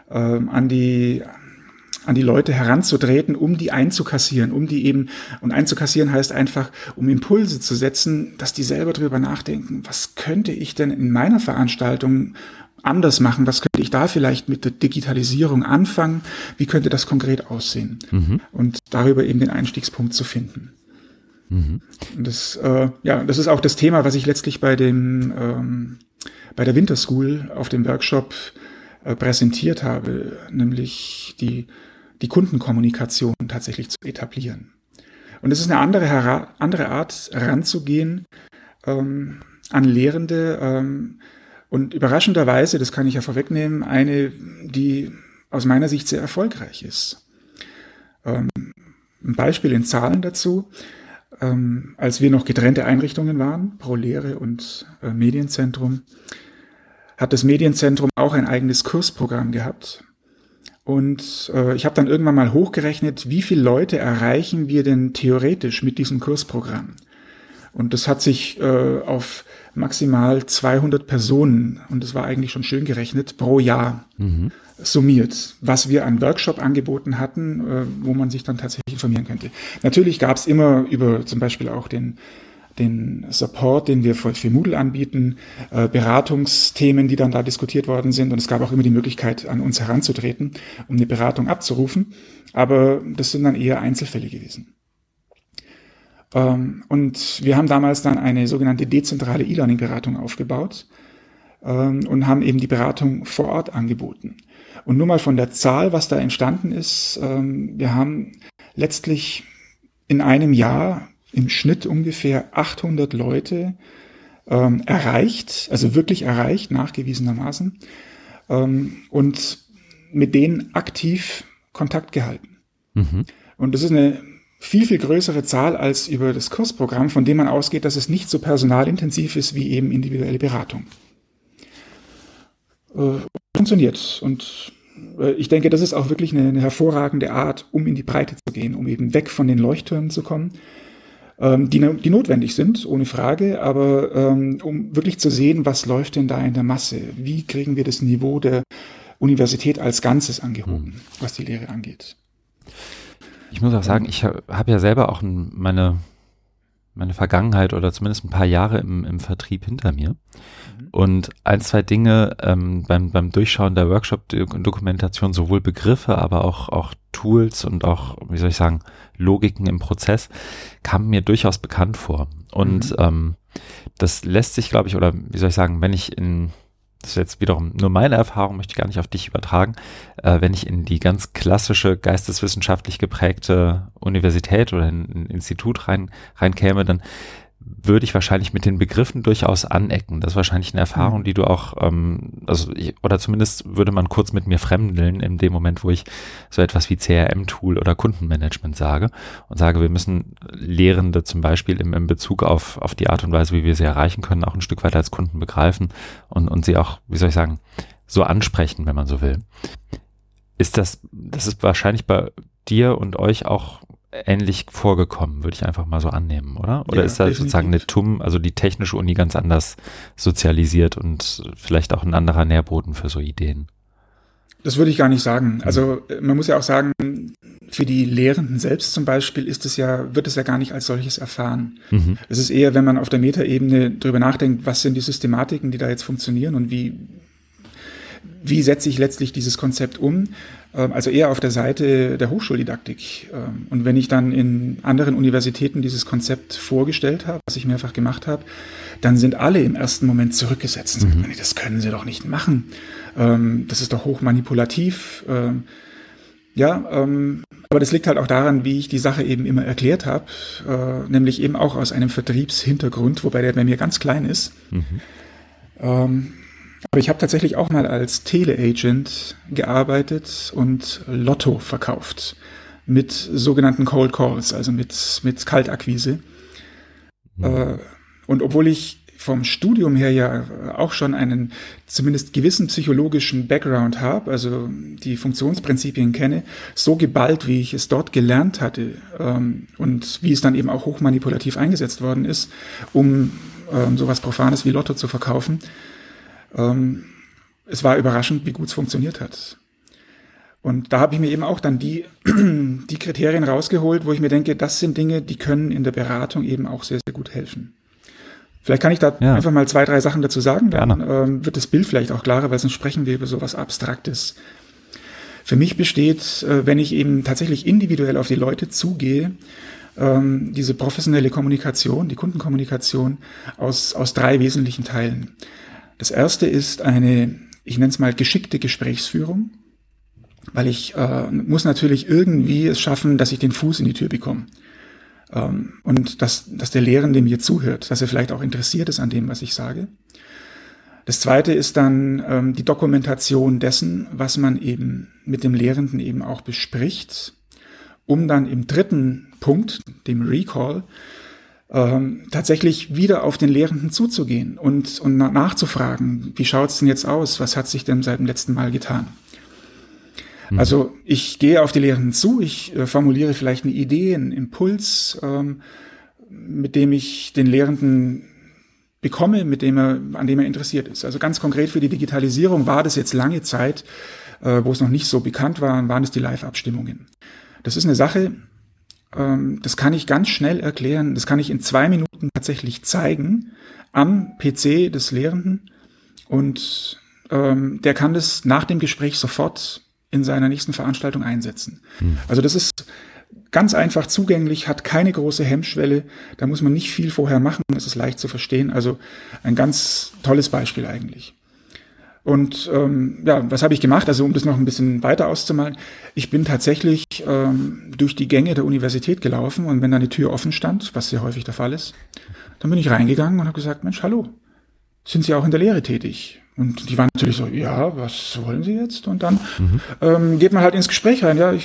an die Leute heranzutreten, um die einzukassieren, und einzukassieren heißt einfach, um Impulse zu setzen, dass die selber drüber nachdenken, was könnte ich denn in meiner Veranstaltung anders machen, was könnte ich da vielleicht mit der Digitalisierung anfangen, wie könnte das konkret aussehen, und darüber eben den Einstiegspunkt zu finden. Und das ist auch das Thema, was ich letztlich bei der Winter School auf dem Workshop präsentiert habe, nämlich die Kundenkommunikation tatsächlich zu etablieren. Und es ist eine andere Art, ranzugehen an Lehrende, und überraschenderweise, das kann ich ja vorwegnehmen, eine, die aus meiner Sicht sehr erfolgreich ist. Ein Beispiel in Zahlen dazu: Als wir noch getrennte Einrichtungen waren, ProLehre und Medienzentrum, hat das Medienzentrum auch ein eigenes Kursprogramm gehabt. Und ich habe dann irgendwann mal hochgerechnet, wie viele Leute erreichen wir denn theoretisch mit diesem Kursprogramm. Und das hat sich auf maximal 200 Personen, und das war eigentlich schon schön gerechnet, pro Jahr summiert, was wir an Workshop-Angeboten hatten, wo man sich dann tatsächlich informieren könnte. Natürlich gab es immer über zum Beispiel auch den Support, den wir für Moodle anbieten, Beratungsthemen, die dann da diskutiert worden sind, und es gab auch immer die Möglichkeit, an uns heranzutreten, um eine Beratung abzurufen, aber das sind dann eher Einzelfälle gewesen. Und wir haben damals dann eine sogenannte dezentrale E-Learning-Beratung aufgebaut und haben eben die Beratung vor Ort angeboten. Und nur mal von der Zahl, was da entstanden ist, wir haben letztlich in einem Jahr im Schnitt ungefähr 800 Leute erreicht, also wirklich erreicht, nachgewiesenermaßen, und mit denen aktiv Kontakt gehalten. Und das ist eine viel, viel größere Zahl als über das Kursprogramm, von dem man ausgeht, dass es nicht so personalintensiv ist wie eben individuelle Beratung. Funktioniert. Und ich denke, das ist auch wirklich eine hervorragende Art, um in die Breite zu gehen, um eben weg von den Leuchttürmen zu kommen, die notwendig sind, ohne Frage, aber um wirklich zu sehen, was läuft denn da in der Masse? Wie kriegen wir das Niveau der Universität als Ganzes angehoben, was die Lehre angeht? Ich muss auch sagen, ich habe ja selber auch meine Vergangenheit oder zumindest ein paar Jahre im Vertrieb hinter mir. Und ein, zwei Dinge beim Durchschauen der Workshop-Dokumentation, sowohl Begriffe, aber auch Tools und auch, wie soll ich sagen, Logiken im Prozess, kamen mir durchaus bekannt vor. Und das lässt sich, glaube ich, oder wie soll ich sagen, das ist jetzt wiederum nur meine Erfahrung, möchte ich gar nicht auf dich übertragen, wenn ich in die ganz klassische geisteswissenschaftlich geprägte Universität oder ein Institut reinkäme, dann würde ich wahrscheinlich mit den Begriffen durchaus anecken. Das ist wahrscheinlich eine Erfahrung, die du auch, oder zumindest würde man kurz mit mir fremdeln in dem Moment, wo ich so etwas wie CRM-Tool oder Kundenmanagement sage und sage, wir müssen Lehrende zum Beispiel im Bezug auf die Art und Weise, wie wir sie erreichen können, auch ein Stück weit als Kunden begreifen und sie auch, wie soll ich sagen, so ansprechen, wenn man so will. Das ist wahrscheinlich bei dir und euch auch ähnlich vorgekommen, würde ich einfach mal so annehmen, oder? Oder ist da sozusagen eine TUM, also die technische Uni, ganz anders sozialisiert und vielleicht auch ein anderer Nährboden für so Ideen? Das würde ich gar nicht sagen. Also man muss ja auch sagen, für die Lehrenden selbst zum Beispiel wird es ja gar nicht als solches erfahren. Es ist eher, wenn man auf der Metaebene drüber nachdenkt, was sind die Systematiken, die da jetzt funktionieren und wie setze ich letztlich dieses Konzept um, also eher auf der Seite der Hochschuldidaktik. Und wenn ich dann in anderen Universitäten dieses Konzept vorgestellt habe, was ich mehrfach gemacht habe, dann sind alle im ersten Moment zurückgesetzt und sagen, das können Sie doch nicht machen. Das ist doch hochmanipulativ. Aber das liegt halt auch daran, wie ich die Sache eben immer erklärt habe, nämlich eben auch aus einem Vertriebshintergrund, wobei der bei mir ganz klein ist. Aber ich habe tatsächlich auch mal als Teleagent gearbeitet und Lotto verkauft mit sogenannten Cold Calls, also mit Kaltakquise. Und obwohl ich vom Studium her ja auch schon einen zumindest gewissen psychologischen Background habe, also die Funktionsprinzipien kenne, so geballt, wie ich es dort gelernt hatte und wie es dann eben auch hochmanipulativ eingesetzt worden ist, um sowas Profanes wie Lotto zu verkaufen. Es war überraschend, wie gut es funktioniert hat. Und da habe ich mir eben auch dann die Kriterien rausgeholt, wo ich mir denke, das sind Dinge, die können in der Beratung eben auch sehr, sehr gut helfen. Vielleicht kann ich da einfach mal 2, 3 Sachen dazu sagen, dann wird das Bild vielleicht auch klarer, weil sonst sprechen wir über so was Abstraktes. Für mich besteht, wenn ich eben tatsächlich individuell auf die Leute zugehe, diese professionelle Kommunikation, die Kundenkommunikation aus 3 wesentlichen Teilen. Das erste ist eine, ich nenne es mal geschickte Gesprächsführung, weil ich muss natürlich irgendwie es schaffen, dass ich den Fuß in die Tür bekomme. Und dass der Lehrende mir zuhört, dass er vielleicht auch interessiert ist an dem, was ich sage. Das zweite ist dann die Dokumentation dessen, was man eben mit dem Lehrenden eben auch bespricht, um dann im dritten Punkt, dem Recall, tatsächlich wieder auf den Lehrenden zuzugehen und nachzufragen, wie schaut's denn jetzt aus, was hat sich denn seit dem letzten Mal getan? Also ich gehe auf die Lehrenden zu, ich formuliere vielleicht eine Idee, einen Impuls, mit dem ich den Lehrenden bekomme, an dem er interessiert ist. Also ganz konkret für die Digitalisierung war das jetzt lange Zeit, wo es noch nicht so bekannt war, waren es die Live-Abstimmungen. Das ist eine Sache, das kann ich ganz schnell erklären, das kann ich in 2 Minuten tatsächlich zeigen am PC des Lehrenden und der kann das nach dem Gespräch sofort in seiner nächsten Veranstaltung einsetzen. Also das ist ganz einfach zugänglich, hat keine große Hemmschwelle, da muss man nicht viel vorher machen, es ist leicht zu verstehen, also ein ganz tolles Beispiel eigentlich. Und was habe ich gemacht? Also um das noch ein bisschen weiter auszumalen, ich bin tatsächlich durch die Gänge der Universität gelaufen und wenn da eine Tür offen stand, was sehr häufig der Fall ist, dann bin ich reingegangen und habe gesagt, Mensch, hallo, sind Sie auch in der Lehre tätig? Und die waren natürlich so, ja, was wollen Sie jetzt? Und dann geht man halt ins Gespräch rein. Ja,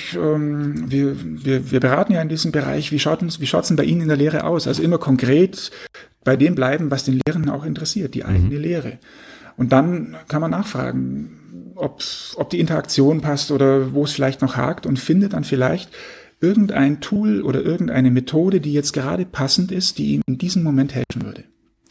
wir beraten ja in diesem Bereich. Wie schaut's denn bei Ihnen in der Lehre aus? Also immer konkret bei dem bleiben, was den Lehrenden auch interessiert, die eigene Lehre. Und dann kann man nachfragen, ob die Interaktion passt oder wo es vielleicht noch hakt und findet dann vielleicht irgendein Tool oder irgendeine Methode, die jetzt gerade passend ist, die ihm in diesem Moment helfen würde.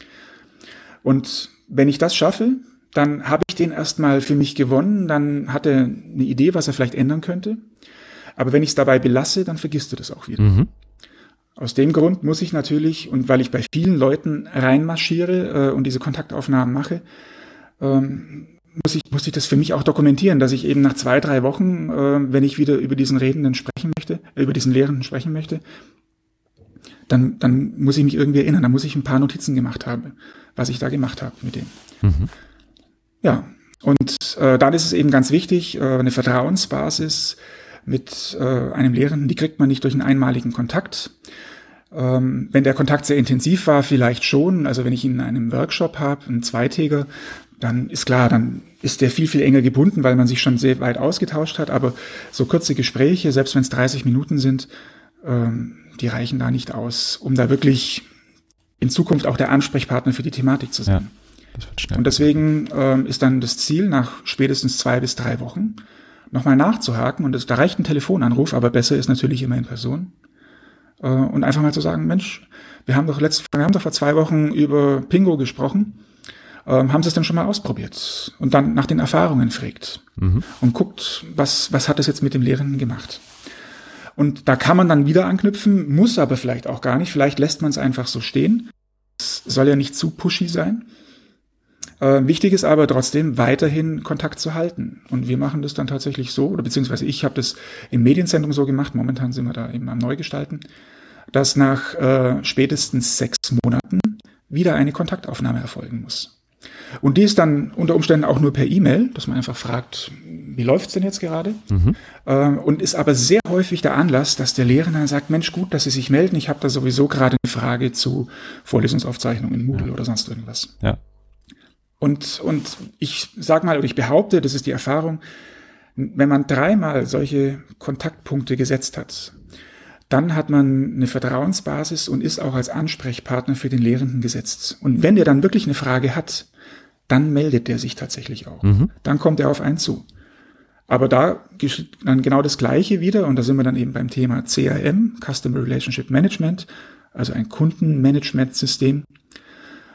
Und wenn ich das schaffe, dann habe ich den erstmal für mich gewonnen, dann hat er eine Idee, was er vielleicht ändern könnte. Aber wenn ich es dabei belasse, dann vergisst du das auch wieder. Aus dem Grund muss ich natürlich, und weil ich bei vielen Leuten reinmarschiere und diese Kontaktaufnahmen mache, muss ich das für mich auch dokumentieren, dass ich eben nach 2, 3 Wochen, wenn ich wieder über diesen Lehrenden sprechen möchte, dann muss ich mich irgendwie erinnern, dann muss ich ein paar Notizen gemacht haben, was ich da gemacht habe mit dem. Ja, und dann ist es eben ganz wichtig, eine Vertrauensbasis mit einem Lehrenden, die kriegt man nicht durch einen einmaligen Kontakt. Wenn der Kontakt sehr intensiv war, vielleicht schon. Also wenn ich ihn in einem Workshop habe, einen 2-tägiger, dann ist klar, dann ist der viel, viel enger gebunden, weil man sich schon sehr weit ausgetauscht hat. Aber so kurze Gespräche, selbst wenn es 30 Minuten sind, die reichen da nicht aus, um da wirklich in Zukunft auch der Ansprechpartner für die Thematik zu sein. Ja, das wird schnell. Und deswegen ist dann das Ziel, nach spätestens 2 bis 3 Wochen nochmal nachzuhaken. Und da reicht ein Telefonanruf, aber besser ist natürlich immer in Person. Und einfach mal zu sagen, Mensch, wir haben doch vor 2 Wochen über Pingo gesprochen. Haben Sie es denn schon mal ausprobiert? Und dann nach den Erfahrungen fragt und guckt, was hat das jetzt mit dem Lehrenden gemacht? Und da kann man dann wieder anknüpfen, muss aber vielleicht auch gar nicht. Vielleicht lässt man es einfach so stehen. Es soll ja nicht zu pushy sein. Wichtig ist aber trotzdem, weiterhin Kontakt zu halten. Und wir machen das dann tatsächlich so, oder beziehungsweise ich habe das im Medienzentrum so gemacht, momentan sind wir da eben am Neugestalten, dass nach spätestens 6 Monaten wieder eine Kontaktaufnahme erfolgen muss. Und die ist dann unter Umständen auch nur per E-Mail, dass man einfach fragt, wie läuft's denn jetzt gerade? Und ist aber sehr häufig der Anlass, dass der Lehrende dann sagt, Mensch, gut, dass Sie sich melden, ich habe da sowieso gerade eine Frage zu Vorlesungsaufzeichnungen in Moodle oder sonst irgendwas. Ja. Und ich sag mal, oder ich behaupte, das ist die Erfahrung, wenn man 3-mal solche Kontaktpunkte gesetzt hat, dann hat man eine Vertrauensbasis und ist auch als Ansprechpartner für den Lehrenden gesetzt. Und wenn der dann wirklich eine Frage hat, dann meldet der sich tatsächlich auch. Dann kommt er auf einen zu. Aber da geschieht dann genau das Gleiche wieder, und da sind wir dann eben beim Thema CRM, Customer Relationship Management, also ein Kundenmanagementsystem.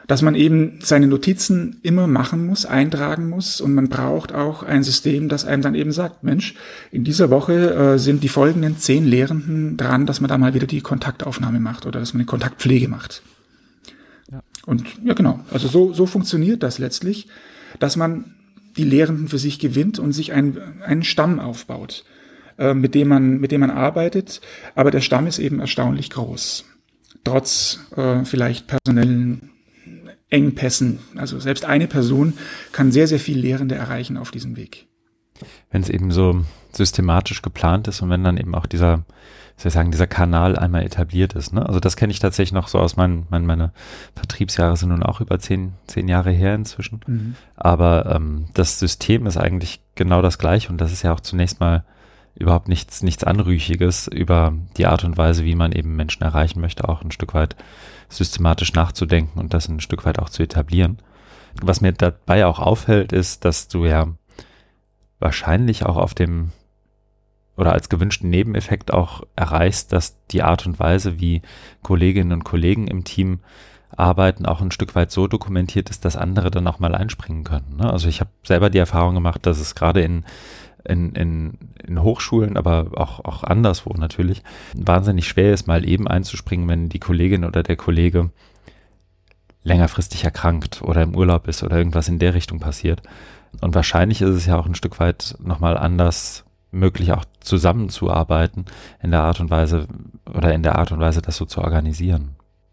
dass man eben seine Notizen immer machen muss, eintragen muss und man braucht auch ein System, das einem dann eben sagt, Mensch, in dieser Woche sind die folgenden 10 Lehrenden dran, dass man da mal wieder die Kontaktaufnahme macht oder dass man eine Kontaktpflege macht. Ja. Und ja, genau, also so funktioniert das letztlich, dass man die Lehrenden für sich gewinnt und sich einen Stamm aufbaut, mit dem man arbeitet, aber der Stamm ist eben erstaunlich groß, trotz vielleicht personellen Engpässen. Also selbst eine Person kann sehr, sehr viel Lehrende erreichen auf diesem Weg. Wenn es eben so systematisch geplant ist und wenn dann eben auch dieser Kanal einmal etabliert ist. Ne? Also das kenne ich tatsächlich noch so aus meine Vertriebsjahre sind nun auch über 10 Jahre her inzwischen. Mhm. Aber das System ist eigentlich genau das gleiche und das ist ja auch zunächst mal überhaupt nichts Anrüchiges über die Art und Weise, wie man eben Menschen erreichen möchte, auch ein Stück weit systematisch nachzudenken und das ein Stück weit auch zu etablieren. Was mir dabei auch auffällt, ist, dass du ja wahrscheinlich auch oder als gewünschten Nebeneffekt auch erreichst, dass die Art und Weise, wie Kolleginnen und Kollegen im Team arbeiten, auch ein Stück weit so dokumentiert ist, dass andere dann auch mal einspringen können. Ne? Also ich habe selber die Erfahrung gemacht, dass es gerade in Hochschulen, aber auch anderswo natürlich, wahnsinnig schwer ist, mal eben einzuspringen, wenn die Kollegin oder der Kollege längerfristig erkrankt oder im Urlaub ist oder irgendwas in der Richtung passiert. Und wahrscheinlich ist es ja auch ein Stück weit nochmal anders möglich, auch zusammenzuarbeiten in der Art und Weise, das so zu organisieren.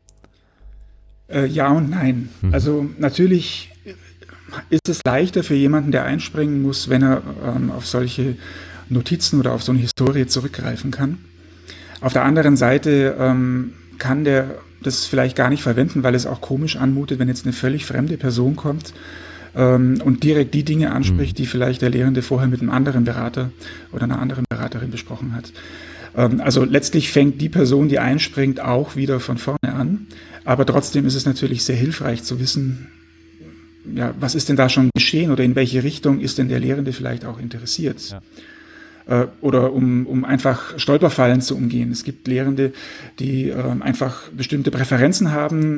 Ja und nein. Also natürlich ist es leichter für jemanden, der einspringen muss, wenn er auf solche Notizen oder auf so eine Historie zurückgreifen kann. Auf der anderen Seite kann der das vielleicht gar nicht verwenden, weil es auch komisch anmutet, wenn jetzt eine völlig fremde Person kommt und direkt die Dinge anspricht, die vielleicht der Lehrende vorher mit einem anderen Berater oder einer anderen Beraterin besprochen hat. Also letztlich fängt die Person, die einspringt, auch wieder von vorne an. Aber trotzdem ist es natürlich sehr hilfreich zu wissen, ja, was ist denn da schon geschehen oder in welche Richtung ist denn der Lehrende vielleicht auch interessiert? Ja. Oder um einfach Stolperfallen zu umgehen. Es gibt Lehrende, die einfach bestimmte Präferenzen haben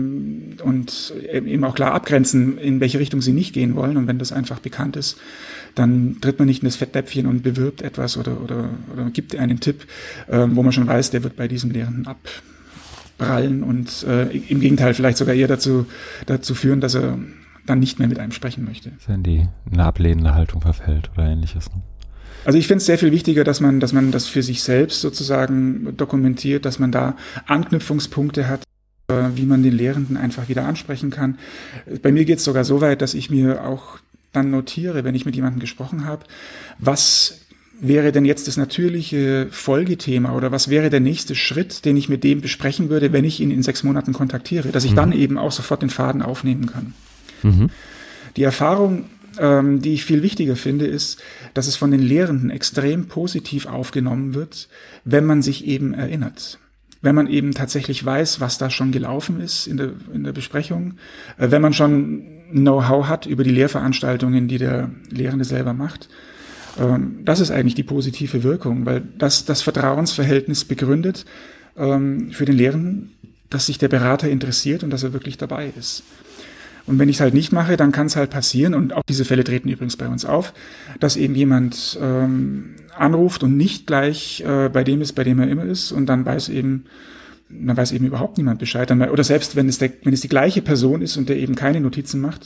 und eben auch klar abgrenzen, in welche Richtung sie nicht gehen wollen. Und wenn das einfach bekannt ist, dann tritt man nicht in das Fettnäpfchen und bewirbt etwas oder gibt einen Tipp, wo man schon weiß, der wird bei diesem Lehrenden abprallen und im Gegenteil vielleicht sogar eher dazu führen, dass er dann nicht mehr mit einem sprechen möchte. Wenn die eine ablehnende Haltung verfällt oder ähnliches. Ne? Also ich finde es sehr viel wichtiger, dass man das für sich selbst sozusagen dokumentiert, dass man da Anknüpfungspunkte hat, wie man den Lehrenden einfach wieder ansprechen kann. Bei mir geht es sogar so weit, dass ich mir auch dann notiere, wenn ich mit jemandem gesprochen habe, was wäre denn jetzt das natürliche Folgethema oder was wäre der nächste Schritt, den ich mit dem besprechen würde, wenn ich ihn in 6 Monaten kontaktiere, dass ich dann eben auch sofort den Faden aufnehmen kann. Die Erfahrung, die ich viel wichtiger finde, ist, dass es von den Lehrenden extrem positiv aufgenommen wird, wenn man sich eben erinnert. Wenn man eben tatsächlich weiß, was da schon gelaufen ist in der Besprechung, wenn man schon Know-how hat über die Lehrveranstaltungen, die der Lehrende selber macht. Das ist eigentlich die positive Wirkung, weil das Vertrauensverhältnis begründet für den Lehrenden, dass sich der Berater interessiert und dass er wirklich dabei ist. Und wenn ich es halt nicht mache, dann kann es halt passieren, und auch diese Fälle treten übrigens bei uns auf, dass eben jemand anruft und nicht gleich bei dem ist, bei dem er immer ist, und dann weiß eben überhaupt niemand Bescheid. Oder selbst wenn es die gleiche Person ist und der eben keine Notizen macht,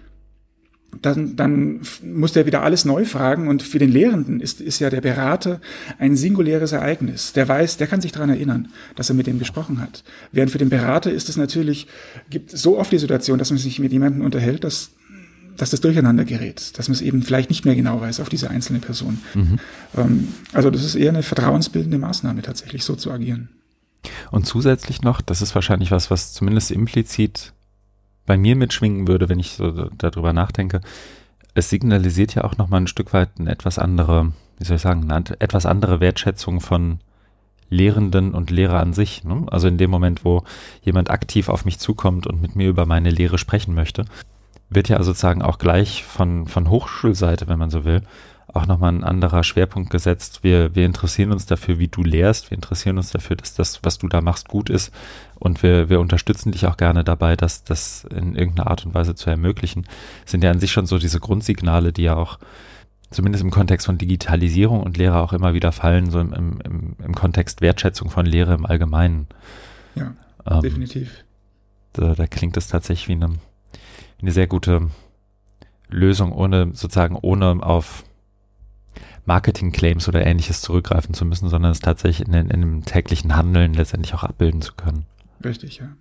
dann muss der wieder alles neu fragen, und für den Lehrenden ist ja der Berater ein singuläres Ereignis. Der weiß, der kann sich daran erinnern, dass er mit dem gesprochen hat. Während für den Berater ist es natürlich, gibt so oft die Situation, dass man sich mit jemandem unterhält, dass das durcheinander gerät, dass man es eben vielleicht nicht mehr genau weiß auf diese einzelne Person. Also das ist eher eine vertrauensbildende Maßnahme, tatsächlich so zu agieren. Und zusätzlich noch, das ist wahrscheinlich was zumindest implizit bei mir mitschwingen würde, wenn ich so darüber nachdenke, es signalisiert ja auch nochmal ein Stück weit eine etwas andere Wertschätzung von Lehrenden und Lehrer an sich. Ne? Also in dem Moment, wo jemand aktiv auf mich zukommt und mit mir über meine Lehre sprechen möchte, wird ja sozusagen auch gleich von Hochschulseite, wenn man so will, auch nochmal ein anderer Schwerpunkt gesetzt. Wir interessieren uns dafür, wie du lehrst. Wir interessieren uns dafür, dass das, was du da machst, gut ist. Und wir unterstützen dich auch gerne dabei, das in irgendeiner Art und Weise zu ermöglichen. Das sind ja an sich schon so diese Grundsignale, die ja auch zumindest im Kontext von Digitalisierung und Lehre auch immer wieder fallen, so im Kontext Wertschätzung von Lehre im Allgemeinen. Ja, definitiv. Da klingt es tatsächlich wie eine sehr gute Lösung, ohne auf Marketing-Claims oder Ähnliches zurückgreifen zu müssen, sondern es tatsächlich in dem täglichen Handeln letztendlich auch abbilden zu können. Richtig, ja.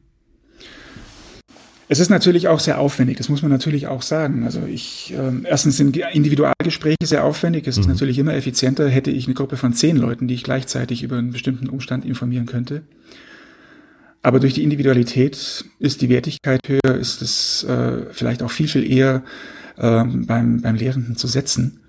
Es ist natürlich auch sehr aufwendig, das muss man natürlich auch sagen. Also erstens sind Individualgespräche sehr aufwendig, es ist natürlich immer effizienter, hätte ich eine Gruppe von 10 Leuten, die ich gleichzeitig über einen bestimmten Umstand informieren könnte. Aber durch die Individualität ist die Wertigkeit höher, ist es vielleicht auch viel, viel eher beim Lehrenden zu setzen,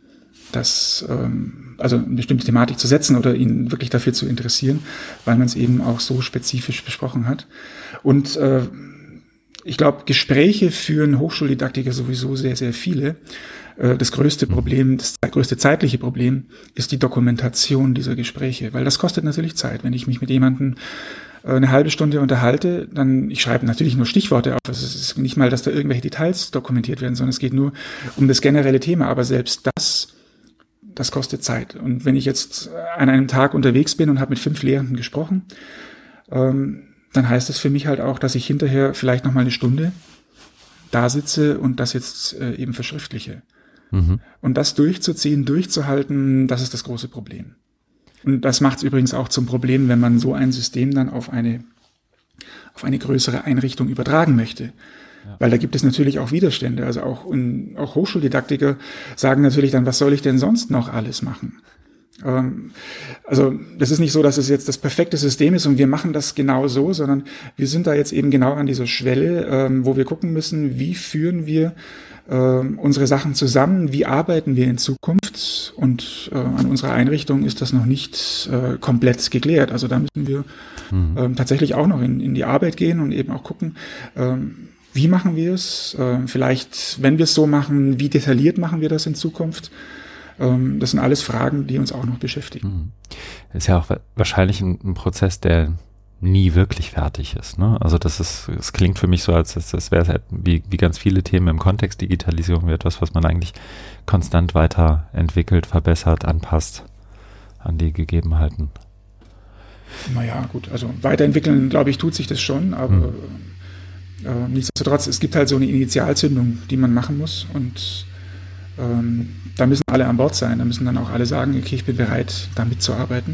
also eine bestimmte Thematik zu setzen oder ihn wirklich dafür zu interessieren, weil man es eben auch so spezifisch besprochen hat. Und ich glaube, Gespräche führen Hochschuldidaktiker sowieso sehr, sehr viele. Das größte Problem, das größte zeitliche Problem ist die Dokumentation dieser Gespräche, weil das kostet natürlich Zeit. Wenn ich mich mit jemandem eine halbe Stunde unterhalte, ich schreibe natürlich nur Stichworte auf. Also es ist nicht mal, dass da irgendwelche Details dokumentiert werden, sondern es geht nur um das generelle Thema. Aber selbst das kostet Zeit. Und wenn ich jetzt an einem Tag unterwegs bin und habe mit 5 Lehrenden gesprochen, dann heißt das für mich halt auch, dass ich hinterher vielleicht noch mal eine Stunde da sitze und das jetzt eben verschriftliche. Und das durchzuziehen, durchzuhalten, das ist das große Problem. Und das macht es übrigens auch zum Problem, wenn man so ein System dann auf eine größere Einrichtung übertragen möchte. Ja. Weil da gibt es natürlich auch Widerstände. Also auch Hochschuldidaktiker sagen natürlich dann, was soll ich denn sonst noch alles machen? Also das ist nicht so, dass es jetzt das perfekte System ist und wir machen das genau so, sondern wir sind da jetzt eben genau an dieser Schwelle, wo wir gucken müssen, wie führen wir unsere Sachen zusammen, wie arbeiten wir in Zukunft, und an unserer Einrichtung ist das noch nicht komplett geklärt. Also da müssen wir tatsächlich auch noch in die Arbeit gehen und eben auch gucken, wie machen wir es, vielleicht, wenn wir es so machen, wie detailliert machen wir das in Zukunft. Das sind alles Fragen, die uns auch noch beschäftigen. Ist ja auch wahrscheinlich ein Prozess, der nie wirklich fertig ist, ne? Also es klingt für mich so, als das wäre halt wie ganz viele Themen im Kontext Digitalisierung etwas, was man eigentlich konstant weiterentwickelt, verbessert, anpasst an die Gegebenheiten. Naja, gut, also weiterentwickeln, glaube ich, tut sich das schon, aber nichtsdestotrotz, es gibt halt so eine Initialzündung, die man machen muss, und da müssen alle an Bord sein, da müssen dann auch alle sagen, okay, ich bin bereit, da mitzuarbeiten.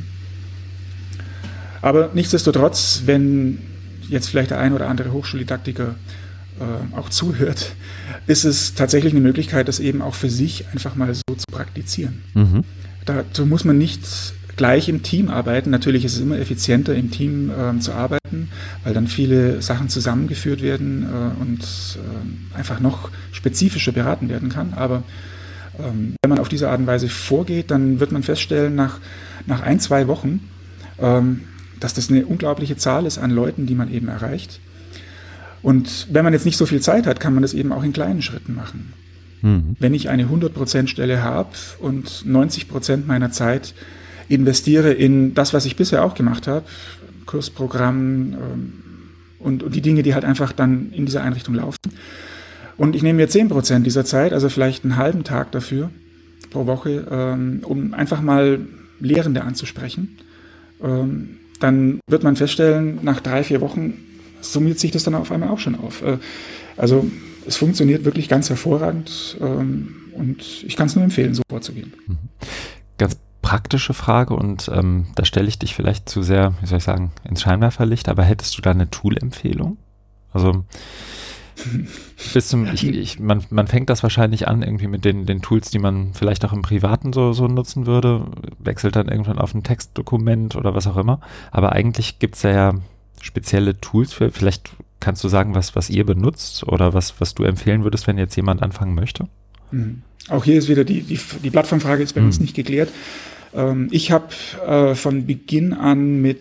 Aber nichtsdestotrotz, wenn jetzt vielleicht der ein oder andere Hochschuldidaktiker auch zuhört, ist es tatsächlich eine Möglichkeit, das eben auch für sich einfach mal so zu praktizieren. Dazu muss man nicht gleich im Team arbeiten. Natürlich ist es immer effizienter, im Team zu arbeiten, weil dann viele Sachen zusammengeführt werden und einfach noch spezifischer beraten werden kann. Aber wenn man auf diese Art und Weise vorgeht, dann wird man feststellen, nach 1-2 Wochen, dass das eine unglaubliche Zahl ist an Leuten, die man eben erreicht. Und wenn man jetzt nicht so viel Zeit hat, kann man das eben auch in kleinen Schritten machen. Wenn ich eine 100% Stelle habe und 90% meiner Zeit investiere in das, was ich bisher auch gemacht habe, Kursprogramm und die Dinge, die halt einfach dann in dieser Einrichtung laufen. Und ich nehme mir 10% dieser Zeit, also vielleicht einen halben Tag dafür pro Woche, um einfach mal Lehrende anzusprechen. Dann wird man feststellen, nach 3-4 Wochen summiert sich das dann auf einmal auch schon auf. Also es funktioniert wirklich ganz hervorragend und ich kann es nur empfehlen, so vorzugehen. Ganz praktische Frage, und da stelle ich dich vielleicht zu sehr, wie soll ich sagen, ins Scheinwerferlicht, aber hättest du da eine Tool-Empfehlung? Also man fängt das wahrscheinlich an irgendwie mit den Tools, die man vielleicht auch im Privaten so nutzen würde, wechselt dann irgendwann auf ein Textdokument oder was auch immer, aber eigentlich gibt es ja spezielle Tools für. Vielleicht kannst du sagen, was ihr benutzt oder was du empfehlen würdest, wenn jetzt jemand anfangen möchte? Auch hier ist wieder die Plattformfrage ist bei uns nicht geklärt. Ich habe von Beginn an mit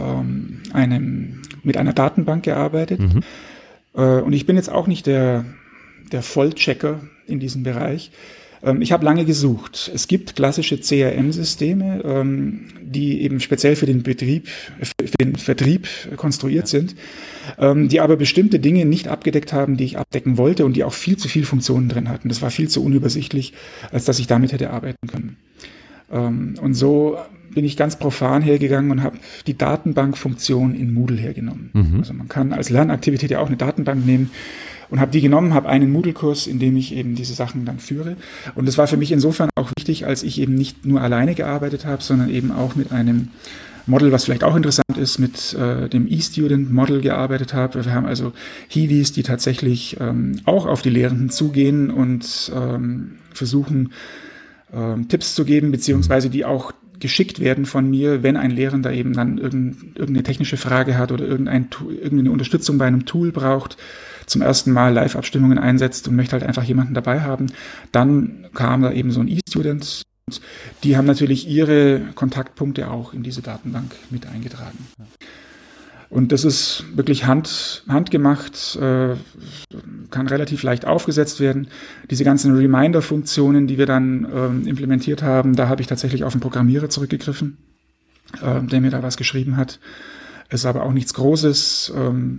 einer Datenbank gearbeitet. Und ich bin jetzt auch nicht der Vollchecker in diesem Bereich, Ich habe lange gesucht. Es gibt klassische CRM-Systeme, die eben speziell für den Vertrieb konstruiert sind, die aber bestimmte Dinge nicht abgedeckt haben, die ich abdecken wollte und die auch viel zu viele Funktionen drin hatten. Das war viel zu unübersichtlich, als dass ich damit hätte arbeiten können. Und so bin ich ganz profan hergegangen und habe die Datenbankfunktion in Moodle hergenommen. Also man kann als Lernaktivität ja auch eine Datenbank nehmen und habe die genommen, habe einen Moodle-Kurs, in dem ich eben diese Sachen dann führe. Und das war für mich insofern auch wichtig, als ich eben nicht nur alleine gearbeitet habe, sondern eben auch mit einem Model, was vielleicht auch interessant ist, mit dem eStudent-Model gearbeitet habe. Wir haben also Hiwis, die tatsächlich auch auf die Lehrenden zugehen und versuchen, Tipps zu geben, beziehungsweise die auch geschickt werden von mir, wenn ein Lehrender eben dann irgendeine technische Frage hat oder irgendeine Unterstützung bei einem Tool braucht, zum ersten Mal Live-Abstimmungen einsetzt und möchte halt einfach jemanden dabei haben. Dann kam da eben so ein eStudent und die haben natürlich ihre Kontaktpunkte auch in diese Datenbank mit eingetragen. Und das ist wirklich handgemacht, kann relativ leicht aufgesetzt werden. Diese ganzen Reminder-Funktionen, die wir dann implementiert haben, da habe ich tatsächlich auf einen Programmierer zurückgegriffen, der mir da was geschrieben hat. Ist aber auch nichts Großes.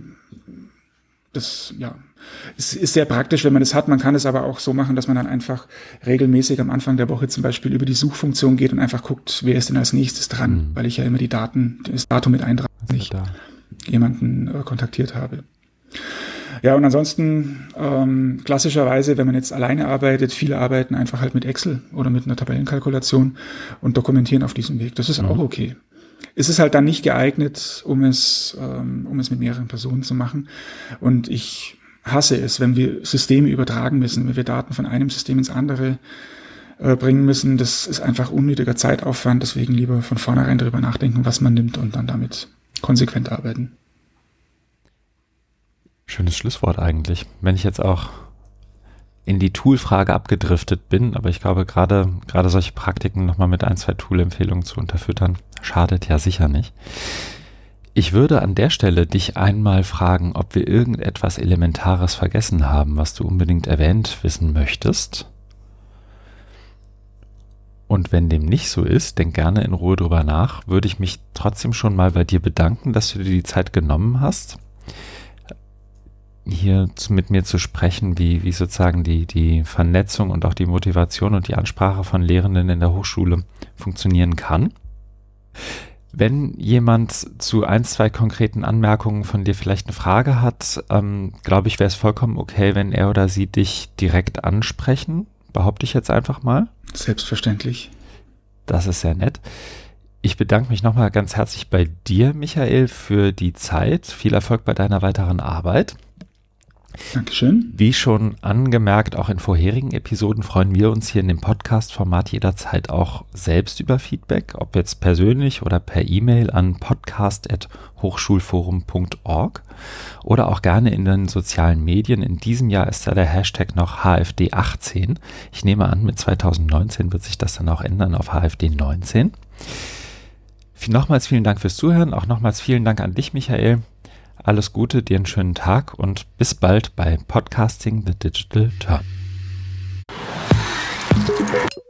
Das ist sehr praktisch, wenn man das hat. Man kann es aber auch so machen, dass man dann einfach regelmäßig am Anfang der Woche zum Beispiel über die Suchfunktion geht und einfach guckt, wer ist denn als nächstes dran, weil ich ja immer das Datum mit eintrage, wenn ich jemanden kontaktiert habe. Ja, und ansonsten klassischerweise, wenn man jetzt alleine arbeitet, viele arbeiten einfach halt mit Excel oder mit einer Tabellenkalkulation und dokumentieren auf diesem Weg. Das ist auch okay. Es ist halt dann nicht geeignet, um es mit mehreren Personen zu machen. Und ich hasse es, wenn wir Systeme übertragen müssen, wenn wir Daten von einem System ins andere bringen müssen. Das ist einfach unnötiger Zeitaufwand. Deswegen lieber von vornherein darüber nachdenken, was man nimmt und dann damit konsequent arbeiten. Schönes Schlusswort eigentlich. Wenn ich jetzt auch in die Tool-Frage abgedriftet bin, aber ich glaube, gerade solche Praktiken nochmal mit 1-2 Tool-Empfehlungen zu unterfüttern, schadet ja sicher nicht. Ich würde an der Stelle dich einmal fragen, ob wir irgendetwas Elementares vergessen haben, was du unbedingt erwähnt wissen möchtest. Und wenn dem nicht so ist, denk gerne in Ruhe drüber nach, würde ich mich trotzdem schon mal bei dir bedanken, dass du dir die Zeit genommen hast, hier mit mir zu sprechen, wie sozusagen die Vernetzung und auch die Motivation und die Ansprache von Lehrenden in der Hochschule funktionieren kann. Wenn jemand zu 1-2 konkreten Anmerkungen von dir vielleicht eine Frage hat, glaube ich, wäre es vollkommen okay, wenn er oder sie dich direkt ansprechen. Behaupte ich jetzt einfach mal. Selbstverständlich. Das ist sehr nett. Ich bedanke mich nochmal ganz herzlich bei dir, Michael, für die Zeit. Viel Erfolg bei deiner weiteren Arbeit. Dankeschön. Wie schon angemerkt, auch in vorherigen Episoden freuen wir uns hier in dem Podcast-Format jederzeit auch selbst über Feedback, ob jetzt persönlich oder per E-Mail an podcast@hochschulforum.org oder auch gerne in den sozialen Medien. In diesem Jahr ist da der Hashtag noch HFD18. Ich nehme an, mit 2019 wird sich das dann auch ändern auf HFD19. Nochmals vielen Dank fürs Zuhören, auch nochmals vielen Dank an dich, Michael. Alles Gute, dir einen schönen Tag und bis bald bei Podcasting the Digital Turn.